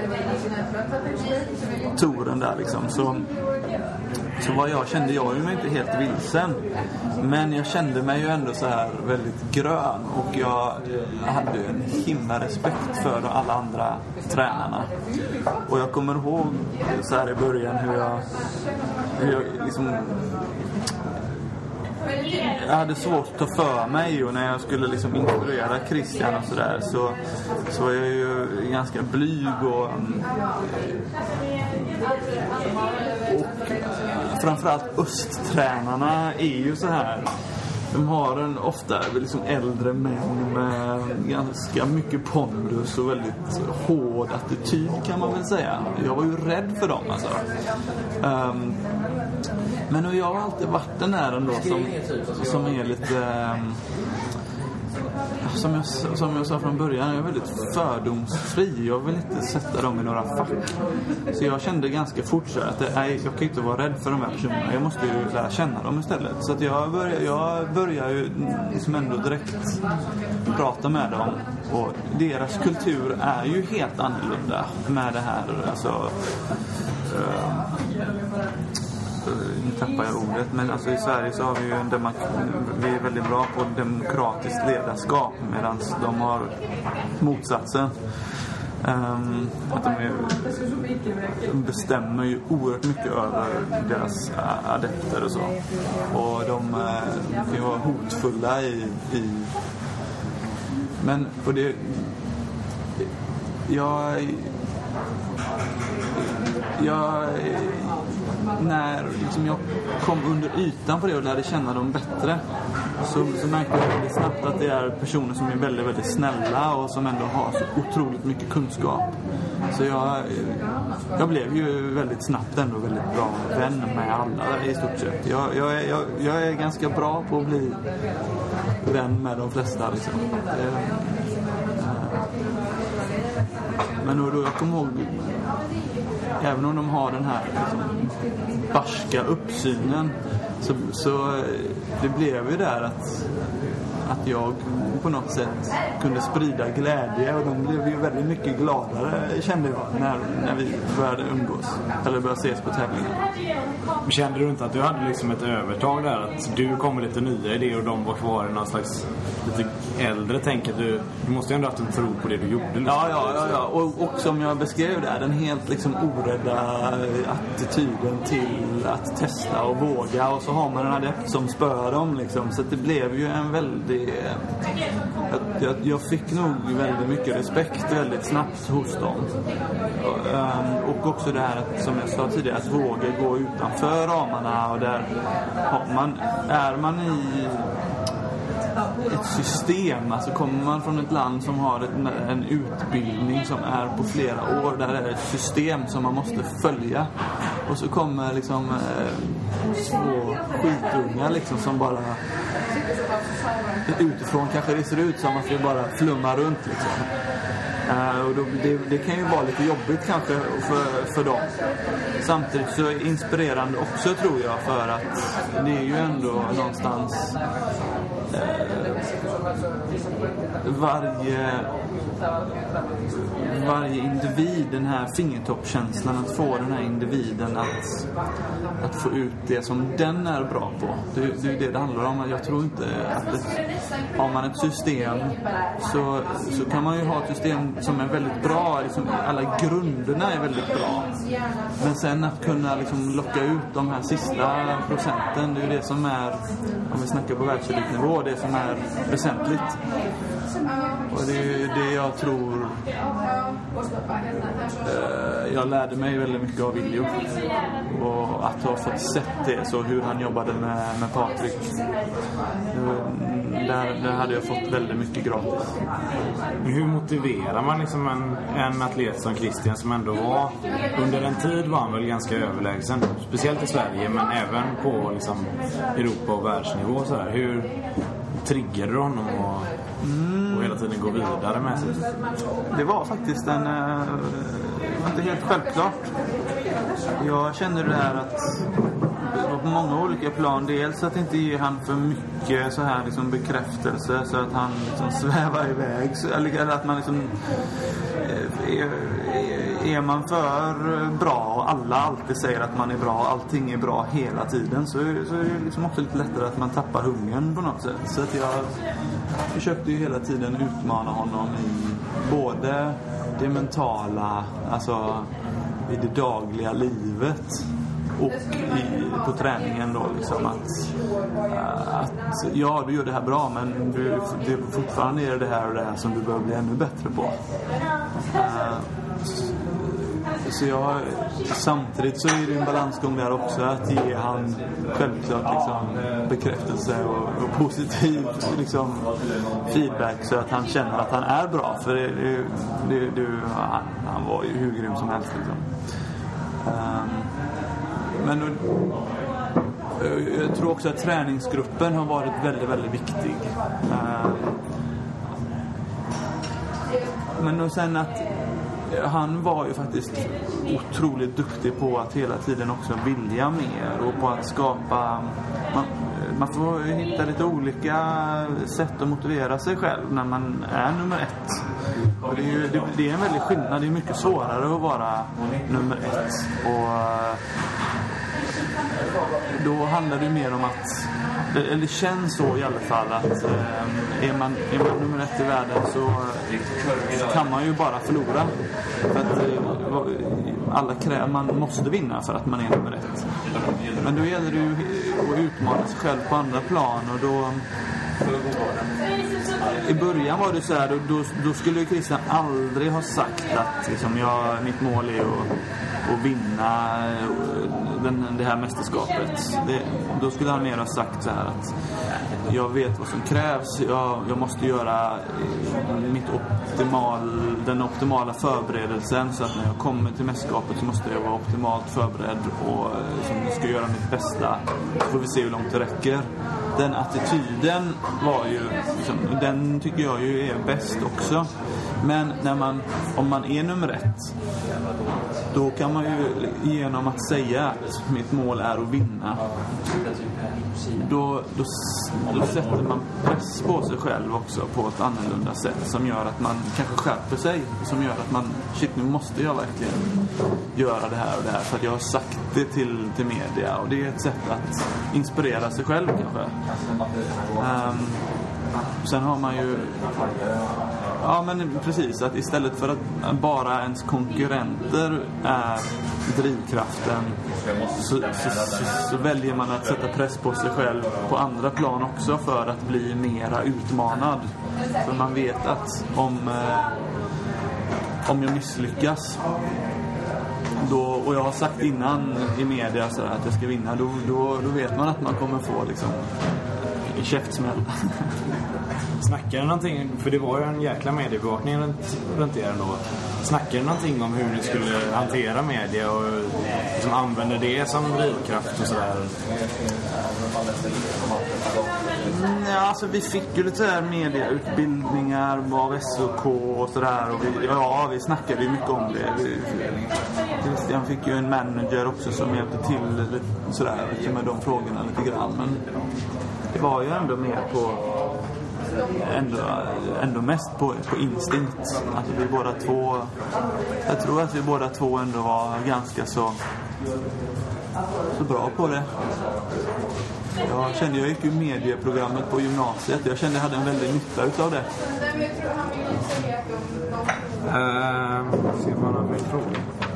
touren där liksom, så så var jag, kände jag ju mig inte helt vilsen, men jag kände mig ju ändå så här väldigt grön, och jag hade en himla respekt för alla andra tränarna. Och jag kommer ihåg så här i början hur jag, hur jag liksom, jag hade svårt att ta för mig, och när jag skulle liksom instruera Christian och sådär, så, så var jag ju ganska blyg och, och framförallt östtränarna är ju så här. De har en ofta liksom äldre män med ganska mycket pondus och väldigt hård attityd, kan man väl säga. Jag var ju rädd för dem alltså. Um, men jag har alltid varit den här ändå som, som är lite... Um, Som jag, som jag sa från början, jag är väldigt fördomsfri. Jag vill inte sätta dem i några fack. Så jag kände ganska fort så att nej, jag kan inte vara rädd för de här personerna. Jag måste ju lära känna dem istället. Så att jag börjar, jag börjar ju liksom ändå direkt prata med dem. Och deras kultur är ju helt annorlunda med det här. Alltså... Uh, nu tappar jag ordet, men alltså i Sverige så har vi ju en demok- vi är väldigt bra på demokratiskt ledarskap, medan de har motsatsen. Um, att de, är, de bestämmer ju oerhört mycket över deras adepter och så, och de uh, är hotfulla i, i men och det jag jag när liksom jag kom under ytan på det och lärde känna dem bättre, så, så märkte jag väldigt snabbt att det är personer som är väldigt, väldigt snälla och som ändå har så otroligt mycket kunskap. Så jag, jag blev ju väldigt snabbt ändå väldigt bra vän med alla i stort sett. Jag, jag, är, jag, jag är ganska bra på att bli vän med de flesta liksom. Men då, då jag kommer ihåg, även om de har den här liksom, barska uppsynen, så, så det blev ju där att, att jag på något sätt kunde sprida glädje, och de blev ju väldigt mycket gladare, kände jag, när, när vi började umgås eller började ses på tävlingen. Men kände du inte att du hade liksom ett övertag där, att du kom med lite nya idéer och de var kvar i någon slags lite äldre tänker du? Du måste ju ändå haft en tro på det du gjorde. Liksom. Ja, ja, ja, ja. Och, och som jag beskrev där, den helt liksom orädda attityden till att testa och våga, och så har man en adept som spör dem liksom. Så att det blev ju en väldigt... Jag, jag, jag fick nog väldigt mycket respekt väldigt snabbt hos dem. Och, och också det här, att, som jag sa tidigare, att våga gå utanför ramarna, och där har man, är man i ett system, alltså kommer man från ett land som har ett, en utbildning som är på flera år, där är det ett system som man måste följa, och så kommer liksom eh, små skitungar liksom som bara utifrån kanske det ser ut som att vi bara flummar runt liksom. Uh, och då, det, det kan ju vara lite jobbigt kanske för, för dem. Samtidigt så är det inspirerande också, tror jag, för att det är ju ändå någonstans uh, varje varje individ, den här fingertoppkänslan, att få den här individen att, att få ut det som den är bra på. Det, det är det det handlar om. Jag tror inte att det, har man ett system så, så kan man ju ha ett system som är väldigt bra, liksom, alla grunderna är väldigt bra, men sen att kunna liksom locka ut de här sista procenten, det är ju det som är, om vi snackar på världselitnivå, det som är väsentligt. Och det är det jag tror eh, jag lärde mig väldigt mycket av Viljo, och att ha fått sett det, så hur han jobbade med, med Patrik, där, där hade jag fått väldigt mycket gratis. Hur motiverar man liksom en, en atlet som Christian, som ändå var, under en tid var han väl ganska överlägsen, speciellt i Sverige men även på liksom Europa och världsnivå så här. Hur triggerade du honom och, mm. och hela tiden gå vidare med sig? Det var faktiskt en uh, det var inte helt självklart. Jag känner det här att det var på många olika plan. Dels att inte ge han för mycket så här liksom bekräftelse, så att han liksom svävar iväg, så, eller att man liksom är, är man för bra och alla alltid säger att man är bra, allting är bra hela tiden, så, så är det liksom också lite lättare att man tappar hungern på något sätt. Så att jag försökte ju hela tiden utmana honom i både det mentala, alltså i det dagliga livet, och i, på träningen då liksom, att, att ja, du gör det här bra, men du, det fortfarande är det här och det här som du behöver bli ännu bättre på. Uh, så jag, samtidigt så är det en balansgång där också, att ge han självklart liksom bekräftelse och, och positiv liksom feedback, så att han känner att han är bra, för det, det, det, det, han, han var ju hur grym som helst liksom. Um, men jag tror också att träningsgruppen har varit väldigt, väldigt viktig. Um, men och sen att han var ju faktiskt otroligt duktig på att hela tiden också vilja mer, och på att skapa, man, man får hitta lite olika sätt att motivera sig själv när man är nummer ett. Och det är ju, det, det är en väldigt skillnad, det är mycket svårare att vara nummer ett, och då handlar det mer om att, eller det känns så i alla fall, att eh, är, man, är man nummer ett i världen så, så kan man ju bara förlora. För att eh, alla kräver, man måste vinna för att man är nummer ett. Men då gäller det ju att utmana sig själv på andra plan, och då I början var det så här, då, då, då skulle Christian aldrig ha sagt att liksom, jag, mitt mål är att, att vinna den, det här mästerskapet. Det, då skulle han mer ha sagt så här att jag vet vad som krävs, jag, jag måste göra mitt optimal, den optimala förberedelsen så att när jag kommer till mästerskapet så måste jag vara optimalt förberedd och liksom, ska göra mitt bästa, så får vi se hur långt det räcker. Den attityden var ju liksom, den tycker jag ju är bäst också. Men när man, om man är nummer ett, då kan man ju genom att säga att mitt mål är att vinna, då, då, då sätter man press på sig själv också på ett annorlunda sätt som gör att man kanske skärper sig, som gör att man, shit, nu måste jag verkligen göra det här och det här för att jag har sagt det till, till media, och det är ett sätt att inspirera sig själv kanske. Um, sen har man ju ja men precis, att istället för att bara ens konkurrenter är drivkraften så, så, så, så väljer man att sätta press på sig själv på andra plan också för att bli mera utmanad. För man vet att om eh, om jag misslyckas då, och jag har sagt innan i media så att jag ska vinna, då, då, då vet man att man kommer få liksom käftsmäll. Snackar du någonting, för det var ju en jäkla mediebevakning runt, runt er ändå. Snackar du någonting om hur ni skulle hantera media och liksom använda det som drivkraft och sådär? Ja, alltså vi fick ju lite här medieutbildningar av S O K och sådär, och vi, ja, vi snackade ju mycket om det. Vi, Christian fick ju en manager också som hjälpte till lite sådär med de frågorna lite grann, men det var ju ändå mer på ändå, ändå mest på, på instinkt. Alltså vi båda två, jag tror att vi båda två ändå var ganska så så bra på det. Jag kände, jag gick ju medieprogrammet på gymnasiet. Jag kände jag hade en väldigt nytta utav det. Uh, ser man någon mer fråga?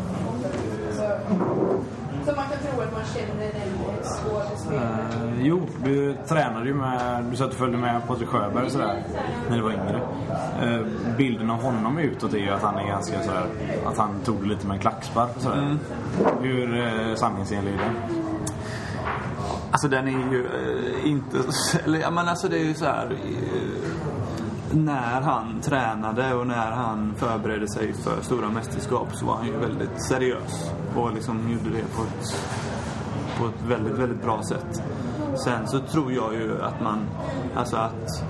Så man kan tro att man känner den skådespelare. Uh, jo, du tränade ju med, du sa att du följde med Patrik Sjöberg och sådär när du var yngre. Uh, bilden av honom utåt är ju att han är ganska sådär, att han tog det lite med en klackspark och sådär. Mm. Hur uh, sanningsenlig är den? Alltså den är ju uh, inte, eller ja, men alltså det är ju så här. Uh, när han tränade och när han förberedde sig för stora mästerskap så var han ju väldigt seriös och liksom gjorde det på ett, på ett väldigt, väldigt bra sätt. Sen så tror jag ju att man, alltså att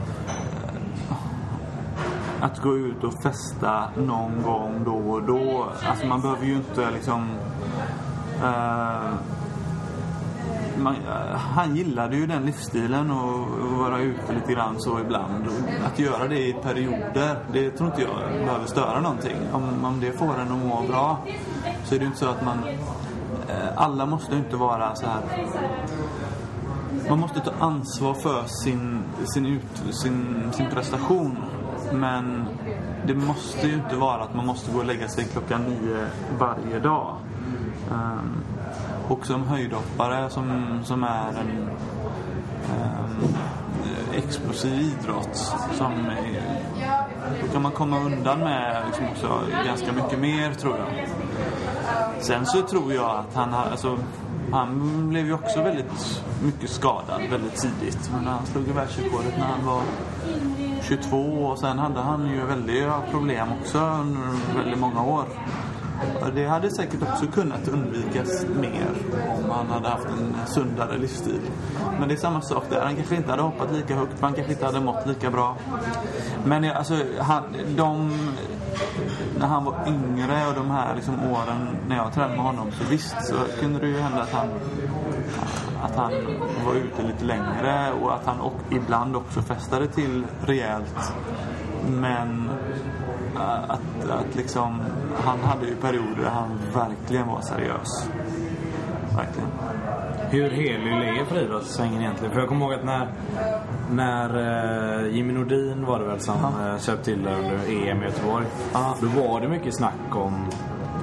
att gå ut och festa någon gång då och då, alltså man behöver ju inte liksom uh, Man, han gillade ju den livsstilen och, och vara ute lite grann så ibland. Och att göra det i perioder, det tror inte jag behöver störa någonting. Om, om det får en att må bra så är det inte så att man... Alla måste inte vara så här... Man måste ta ansvar för sin, sin, ut, sin, sin prestation. Men det måste ju inte vara att man måste gå och lägga sig klockan nio varje dag. Um, Och som höjdhoppare som, som är en um, explosiv idrott som är, då kan man komma undan med liksom också ganska mycket mer, tror jag. Sen så tror jag att han har, alltså, han blev ju också väldigt mycket skadad väldigt tidigt. Men han slog i världsrekordet när han var tjugotvå, och sen hade han ju väldiga problem också under väldigt många år. Det hade säkert också kunnat undvikas mer om han hade haft en sundare livsstil. Men det är samma sak där. Han kanske inte hade hoppat lika högt, han kanske inte hade mått lika bra. Men alltså, han, de, när han var yngre och de här liksom åren när jag tränade med honom, så visst så kunde det ju hända att han, att han var ute lite längre och att han och, ibland också festade till rejält. Men att, att liksom, han hade ju perioder där han verkligen var seriös. Verkligen. Hur helig är friidrottssvängen egentligen? För jag kommer ihåg att när, när uh, Jimmy Nordin var det väl som uh, köpte till där under E M i Göteborg. Ah. Då var det mycket snack om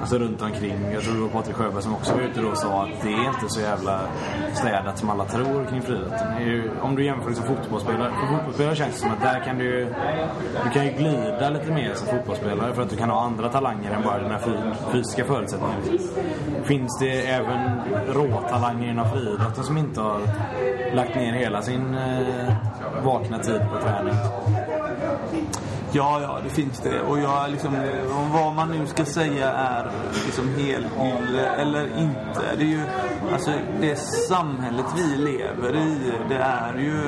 alltså runt omkring. Jag tror det var Patrik Sjöberg som också var ute då och sa att det är inte så jävla städat som alla tror kring friidrotten. Det är ju, om du jämför liksom fotbollsspelare, för fotbollsspelare känns det som att där kan du du kan ju glida lite mer som fotbollsspelare för att du kan ha andra talanger än bara dina fysiska förutsättningar. Finns det även råtalanger inom friidrotten som inte har lagt ner hela sin eh, vakna tid på träning? Ja, ja, det finns det. Och jag liksom, vad man nu ska säga är liksom helylle eller inte. Det är ju, alltså det samhället vi lever i, det är ju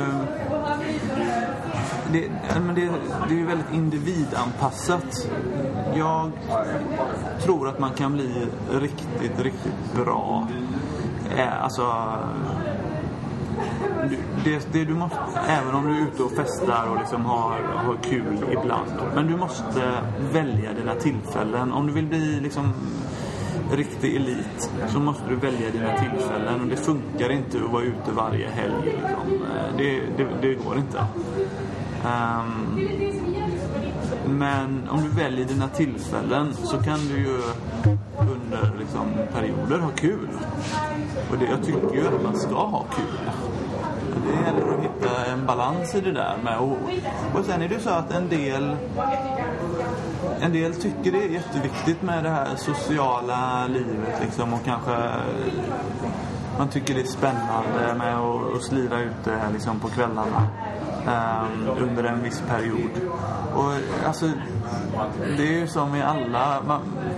det, men det, det är ju väldigt individanpassat. Jag tror att man kan bli riktigt, riktigt bra. Alltså Det, det du måste, även om du är ute och festar och liksom har, har kul ibland, men du måste välja dina tillfällen. Om du vill bli liksom riktig elit så måste du välja dina tillfällen, och det funkar inte att vara ute varje helg liksom. det, det, det går inte. um, men om du väljer dina tillfällen så kan du ju under liksom perioder ha kul, och det, jag tycker ju att man ska ha kul. Det gäller att hitta en balans i det där med. Och, och sen är det så att en del en del tycker det är jätteviktigt med det här sociala livet liksom, och kanske man tycker det är spännande med att, att slira ute liksom på kvällarna um, under en viss period. Och alltså det är ju som i alla man,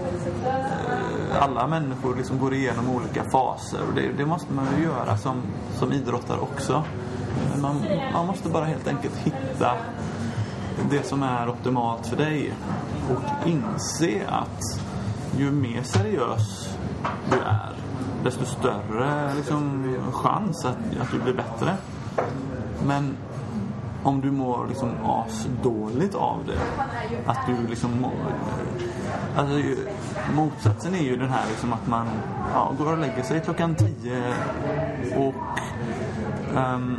alla människor liksom går igenom olika faser, och det, det måste man ju göra som, som idrottare också. Men man, man måste bara helt enkelt hitta det som är optimalt för dig och inse att ju mer seriös du är, desto större liksom chans att, att du blir bättre. Men om du mår liksom as dåligt av det, att du liksom mår, alltså motsatsen är ju den här liksom att man ja, går och lägger sig klockan tio och um,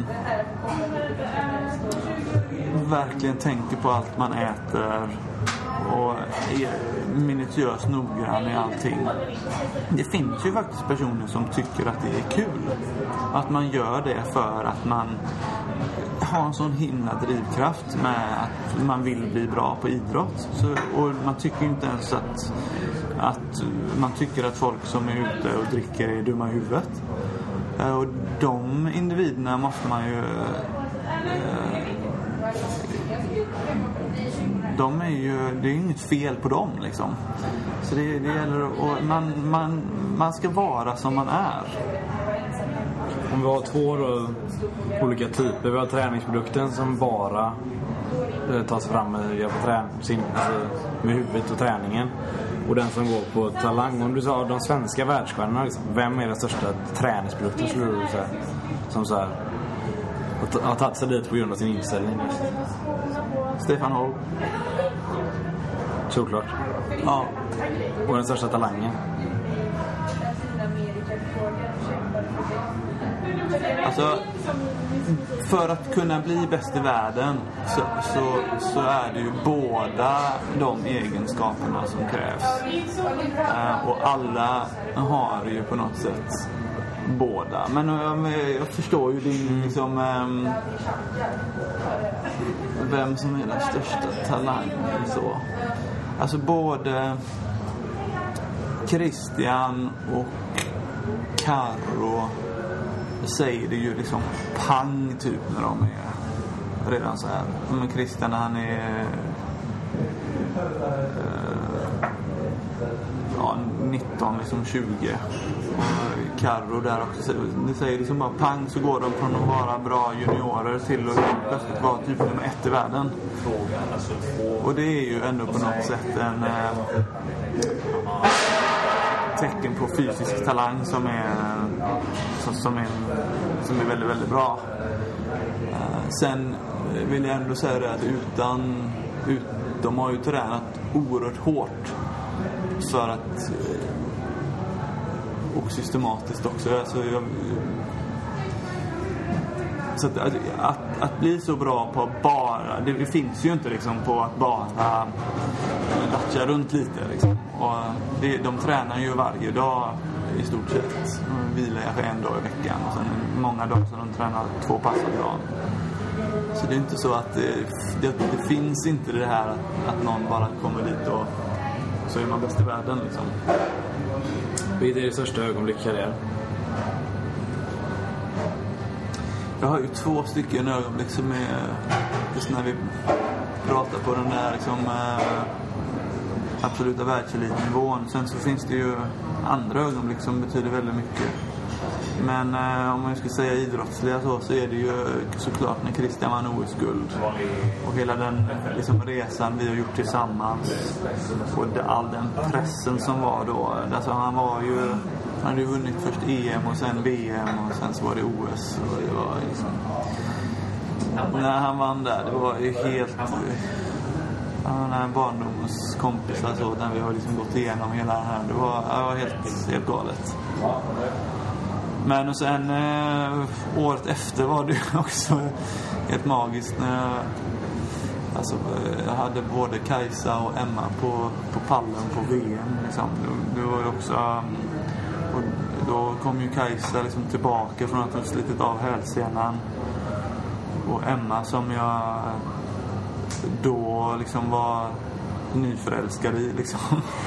verkligen tänker på allt man äter och är minutiöst noggrann i allting. Det finns ju faktiskt personer som tycker att det är kul, att man gör det för att man har en sån himla drivkraft med att man vill bli bra på idrott. Så, och man tycker inte ens att, att man tycker att folk som är ute och dricker är dumma i huvudet. Och de individerna måste man ju eh, de är ju, det är ju inget fel på dem liksom. Så det, det gäller och man, man, man ska vara som man är. Om vi har två då, olika typer. Vi har träningsprodukten som bara eh, tar sig fram med, gör på träning, sin, alltså, med huvudet och träningen. Och den som går på talang. Om du sa de svenska världsstjärnorna, liksom, vem är den största träningsprodukten skulle du säga? Som så här har tagit sig dit på grund av sin inställning. Stefan Holm. Såklart. Ja. Och den största talangen. Alltså, för att kunna bli bäst i världen så, så, så är det ju båda de egenskaperna som krävs. Uh, och alla har ju på något sätt båda. Men um, jag förstår ju din liksom um, vem som är den största talangen så. Alltså både Christian och Karo säger det ju liksom pang typ när de är redan så här. Men Christian han är eh, ja, nitton liksom tjugo. Och Karo där också. Det säger liksom bara pang så går de från att vara bra juniorer till att plötsligt vara typ nummer ett i världen. Och det är ju ändå på något sätt en eh, tecken på fysisk talang som är som, som är som är väldigt väldigt bra. Uh, sen vill jag ändå säga det att utan ut, de har ju tränat oerhört hårt för att och systematiskt också. Alltså jag, Så att, att, att bli så bra på bara, det, det finns ju inte liksom på att bara latcha runt lite liksom. Och det, de tränar ju varje dag i stort sett. De vilar jag en dag i veckan och sen många dagar så de tränar två pass om dagen. Så det är inte så att det, det, det finns inte det här att, att någon bara kommer dit och så är man bäst i världen liksom. Vilket är det största ögonblick karriär? Jag har ju två stycken ögonblick som är just när vi pratar på den där liksom, äh, absoluta världselitnivån. Sen så finns det ju andra ögonblick som betyder väldigt mycket. Men äh, om man ska säga idrottsliga så, så är det ju såklart när Christian vann O S-guld. Och hela den liksom, resan vi har gjort tillsammans. Och det, all den pressen som var då. Alltså, han var ju... Han hade ju vunnit först E M och sen V M och sen så var det O S. Och det var liksom... När han vann där, det var ju helt... Han är barndomens kompisar så, där vi har liksom gått igenom hela det här. Det var, det var helt, helt galet. Men och sen eh, året efter var det också helt magiskt när jag, alltså, jag hade både Kajsa och Emma på, på pallen på V M. Liksom. Det, det var ju också... Och då kom ju Kajsa liksom tillbaka från att ha slitit av hälsenan. Och Emma som jag då liksom var nyförälskad i liksom.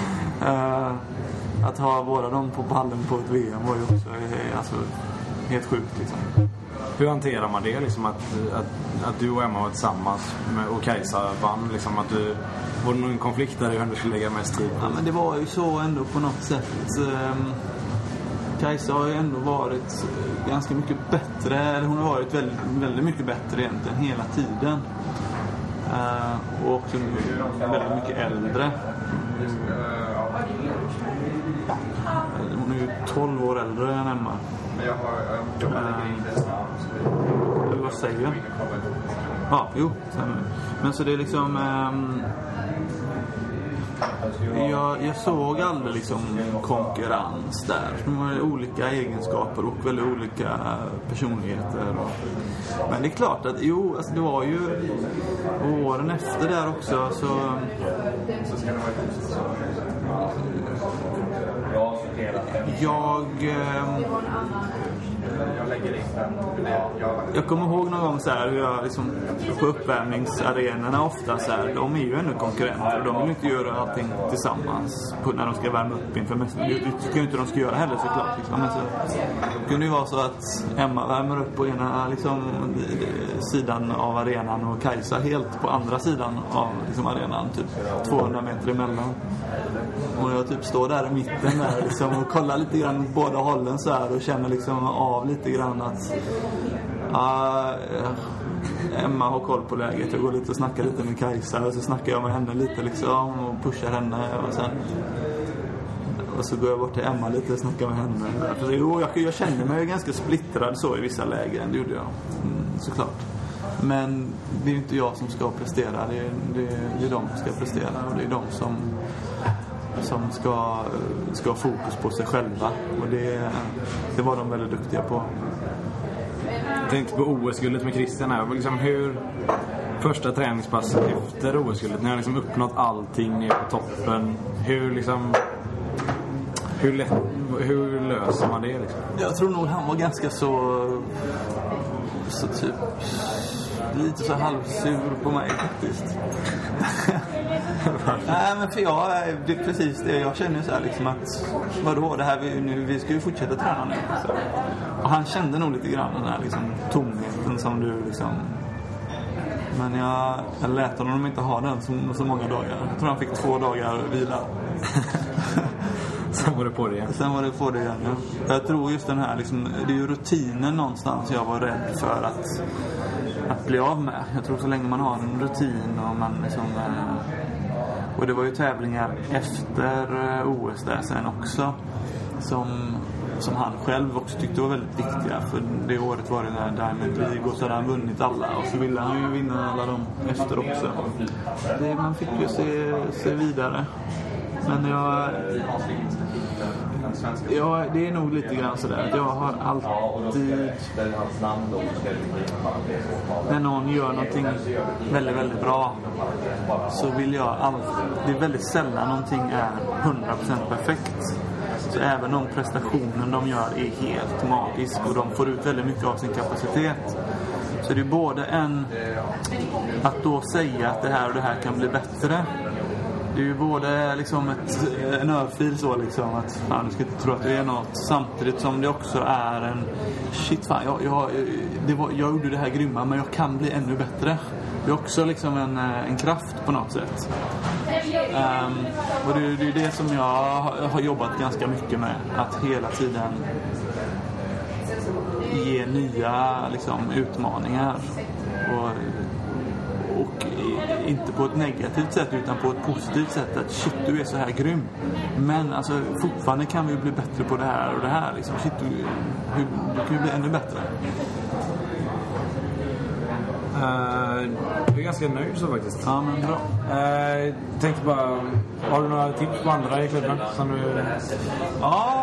Att ha båda dem på pallen på ett V M var ju också alltså, helt sjukt liksom. Hur hanterar man det liksom att, att, att du och Emma var tillsammans med, och Kajsa vann liksom att du var det någon konflikt där du ändå skulle lägga mest tid på? Ja men det var ju så ändå på något sätt. Um, Kajsa har ju ändå varit ganska mycket bättre, eller hon har varit väldigt, väldigt mycket bättre egentligen hela tiden. Uh, och också väldigt mycket äldre. Hon är ju tolv år äldre än Emma. Eller vad säger jag? Ja, jo. Men så det är liksom... Um, jag, jag såg aldrig liksom konkurrens där. De har olika egenskaper och väldigt olika personligheter. Och, men det är klart att, jo, alltså det var ju åren efter där också så... Jag... Eh, jag kommer ihåg någon gång så här hur jag liksom på uppvärmningsarenorna ofta så här, de är ju ändå konkurrenter och de vill inte göra allting tillsammans på, när de ska värma upp inför mästerskap. Det tycker jag inte de ska göra heller såklart liksom. Men så det kunde ju vara så att Emma värmer upp på ena liksom, sidan av arenan och Kajsa helt på andra sidan av liksom, arenan, typ tvåhundra meter emellan. Och jag typ står där i mitten där liksom, och kollar lite grann åt båda hållen så här och känner liksom av lite grann att uh, Emma har koll på läget. Jag går lite och snackar lite med Kajsa och så snackar jag med henne lite liksom och pushar henne och sen och så går jag bort till Emma lite och snackar med henne. För jo, jag, jag känner mig ganska splittrad så i vissa lägen, det gjorde jag. Mm, såklart. Men det är ju inte jag som ska prestera, det är, det, det är de som ska prestera och det är de som som ska, ska ha fokus på sig själva och det, det var de väldigt duktiga på. Jag tänkte på O S-guldet med Christian här. Liksom hur första träningspasset efter O S-guldet, när jag liksom uppnått allting ner på toppen, hur liksom hur, lätt, hur löser man det liksom? Jag tror nog han var ganska så så typ lite så halvsur på mig faktiskt. Nej men för jag, det är precis det jag känner så här liksom att vadå det här vi, nu, vi ska ju fortsätta träna nu så. Och han kände nog lite grann den här liksom tomheten som du liksom, men jag, jag lät honom inte ha den så, så många dagar. Jag tror han fick två dagar vila. Sen var det på det igen. Sen var det på det igen, ja. Jag tror just den här liksom, det är ju rutinen någonstans jag var rädd för att att bli av med. Jag tror så länge man har en rutin och man liksom, och det var ju tävlingar efter O S där sen också som, som han själv också tyckte var väldigt viktiga, för det året var det där Diamond League och så hade han vunnit alla och så ville han ju vinna alla dem efter också. Det, man fick ju se, se vidare. Men jag den svenska? Ja, det är nog lite grann sådär. Jag har alltid... När någon gör någonting väldigt, väldigt bra så vill jag alltid... Det är väldigt sällan någonting är hundra procent perfekt. Så även om prestationen de gör är helt magisk och de får ut väldigt mycket av sin kapacitet, så det är både en... Att då säga att det här och det här kan bli bättre. Det är ju både liksom ett, en örfil så liksom att fan, du ska inte tro att det är något, samtidigt som det också är en shit fan, jag, jag, det var, jag gjorde det här grymma men jag kan bli ännu bättre. Det är också liksom en, en kraft på något sätt. Um, och det, det är det som jag har jobbat ganska mycket med, att hela tiden ge nya liksom, utmaningar och Och inte på ett negativt sätt utan på ett positivt sätt, att shit, du är så här grym, men alltså fortfarande kan vi bli bättre på det här och det här liksom. Shit, du, hur, du kan ju bli ännu bättre. Uh, jag är ganska nöjd så faktiskt. Ja, men bra. uh, Tänkte bara, har du några tips på andra i klubben som du... Ja.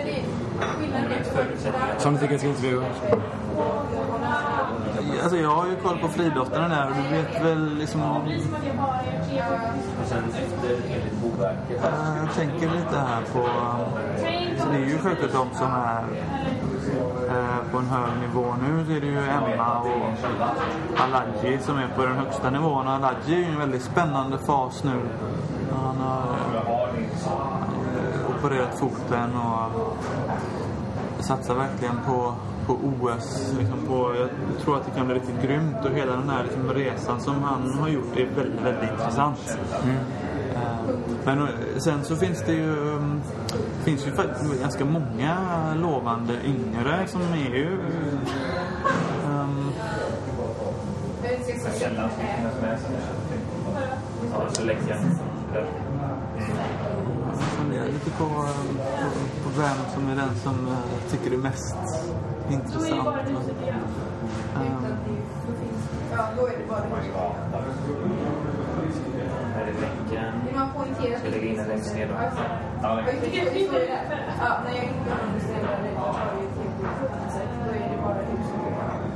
Som du tycker jag ska intervjua? Alltså jag har ju koll på friidrottarna där och du vet väl liksom... Jag tänker lite här på... Så det är ju självklart de som är på en hög nivå nu. Så är det ju Emma och Aladji som är på den högsta nivån. Och Aladji är ju en väldigt spännande fas nu. Han har opererat foten och satsar verkligen på... på O S liksom på, jag tror att det kan bli riktigt grymt, och hela den här liksom resan som han har gjort är väldigt, väldigt intressant. Mm. Uh, men sen så finns det ju finns ju faktiskt ganska många lovande yngre som är ju um, jag funderar lite på, på, på vem som är den som uh, tycker det är mest intressant. Um, ja, då är det bara det. Är det bänken? Vill man poängtera? Ska jag lägga in en längst ner då? Ja, när jag inte underställer det, då tar vi till då är det bara huset.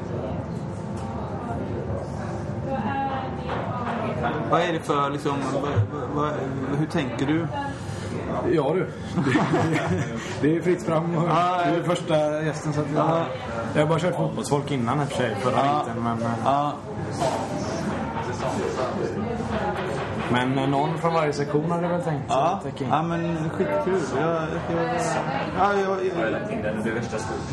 Vad är det för liksom, vad, vad, hur tänker du? Ja du, det, det är fritt fram och ah, du är första gästen så att jag, ah. jag har bara kört fotbollsfolk innan i och för sig förra ah. vintern, men ah. men någon från varje sektion hade jag väl tänkt. Ja, ah. ah, men skitkul. Jag, jag, jag, ja, jag, jag, jag tänkte att det är värsta stort.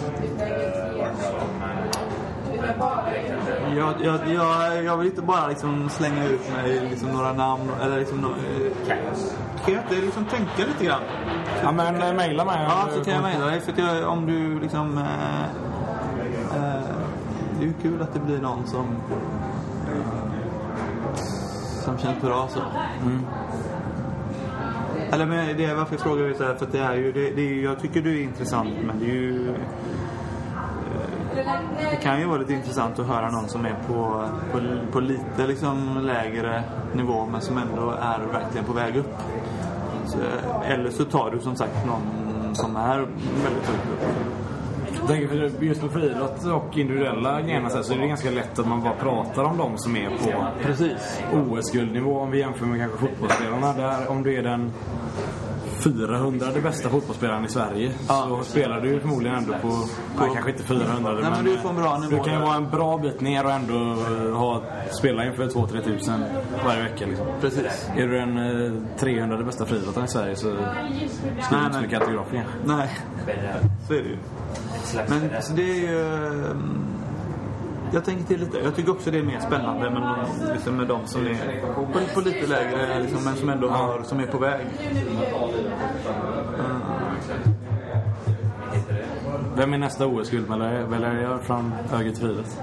Jag, jag, jag, jag vill inte bara liksom slänga ut mig liksom några namn eller liksom no, kan jag liksom tänka lite grann. Ja, men äh, mejla mig. Ja, så kan jag mejla dig, för att jag, om du liksom äh, äh, det är ju kul att det blir någon som äh, som känns bra så. Mm. Eller men det är varför jag frågar så här, för att det är ju det, det är, jag tycker du är intressant, men det är ju det kan ju vara lite intressant att höra någon som är på, på, på lite liksom lägre nivå men som ändå är verkligen på väg upp. Så, eller så tar du som sagt någon som är väldigt högt upp. Jag tänker för just på friidrott och individuella grejer så är det ganska lätt att man bara pratar om dem som är på precis O S-guldnivå, om vi jämför med kanske fotbollsspelarna där, om du är den fyrahundrade bästa fotbollsspelaren i Sverige, ja, så spelar du ju förmodligen ändå på, på nej, kanske inte fyrahundrade, nej, men, men du, får en bra nivå, du kan ju vara en bra bit ner och ändå ha, spela inför två till tre tusen varje vecka liksom. Precis. Är du den eh, trehundrade bästa friidrottaren i Sverige så skulle du inte mycket autografer. Nej, så är det ju. Men så det är ju... Jag tänker till lite. Jag tycker också det är mer spännande med, någon, liksom med de som är på, på lite lägre liksom, men som ändå har, som är på väg. Mm. Vem är nästa O S-guldmedaljör från Ögret friidrott?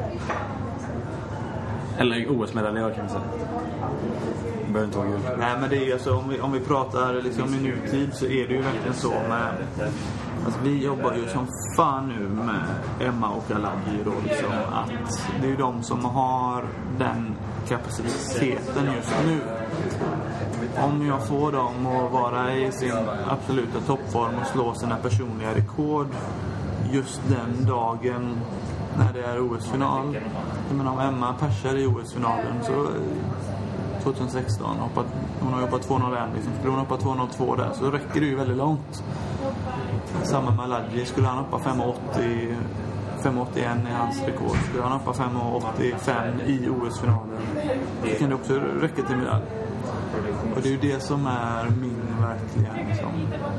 Eller O S-medaljör kan man säga. Behöver inte vara guld. Nej, men det är alltså, om vi, om vi pratar liksom i nutid så är det ju verkligen så med Alltså, vi jobbar ju som fan nu med Emma och Aladji då, liksom, att det är ju de som har den kapaciteten just nu. Om jag får dem att vara i sin absoluta toppform och slå sina personliga rekord just den dagen när det är O S-final. Jag menar, om Emma persar i O S-finalen så tjugohundrasexton, hoppat, hon har jobbat två noll ett, liksom, skulle hon hoppa två noll två där så räcker det ju väldigt långt. Samma med Aladji, skulle han hoppa fem åttio fem åttioen i hans rekord, skulle han hoppa fem åttiofem i O S-finalen, så kan det också räcka till medalj. Och det är ju det som är min verkligen liksom,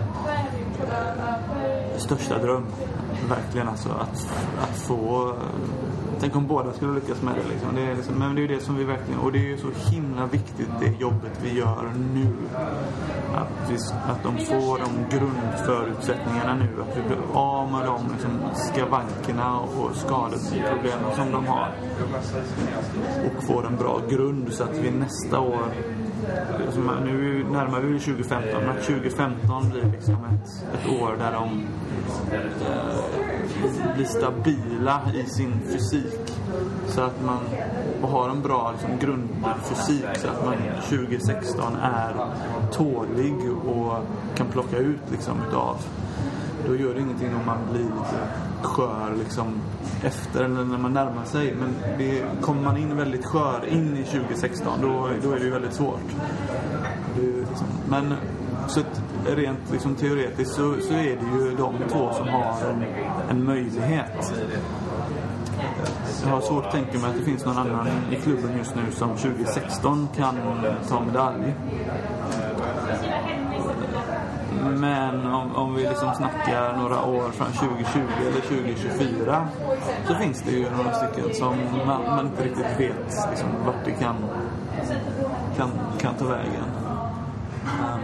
största dröm. Verkligen alltså, att, att få... Tänk om båda skulle lyckas med det liksom. Det är liksom, men det är ju det som vi verkligen... Och det är ju så himla viktigt, det jobbet vi gör nu. Att, vi, att de får de grundförutsättningarna nu. Att vi blir av med de liksom, skavankerna och skadeproblemen som de har. Och får en bra grund så att vi nästa år... Nu närmar vi tjugo femton, men att tjugo femton blir liksom ett, ett år där de eh, blir stabila i sin fysik, så att man och har en bra liksom, grundfysik, så att man tjugo sexton är tålig och kan plocka ut liksom, utav. Då gör det ingenting om man blir lite skör liksom, efter eller när man närmar sig. Men det, kommer man in väldigt skör in i tjugo sexton, då, då är det ju väldigt svårt. Det är liksom, men så att, rent liksom, teoretiskt så, så är det ju de två som har en, en möjlighet. Jag har svårt att tänka mig att det finns någon annan i klubben just nu som tjugo sexton kan ta medalj. Men om, om vi liksom snackar några år från tjugo tjugo eller tjugo tjugofyra, så finns det ju några stycken som man, man inte riktigt vet liksom, vart det kan, kan, kan ta vägen. Um,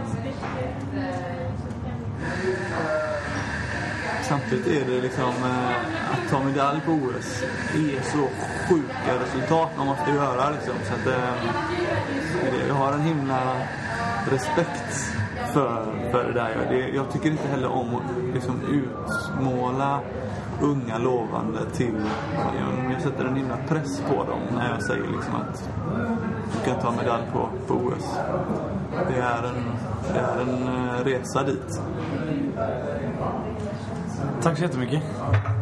samtidigt är det liksom eh, att ta medalj på O S är så sjuka resultat man måste göra liksom, så att eh, jag har en himla respekt för, för det där. Det, jag tycker inte heller om att liksom, utmåla unga lovande till... Jag, jag sätter en himla press på dem när jag säger liksom, att du kan ta medalj på, på O S. Det är en, det är en resa dit. Tack så jättemycket.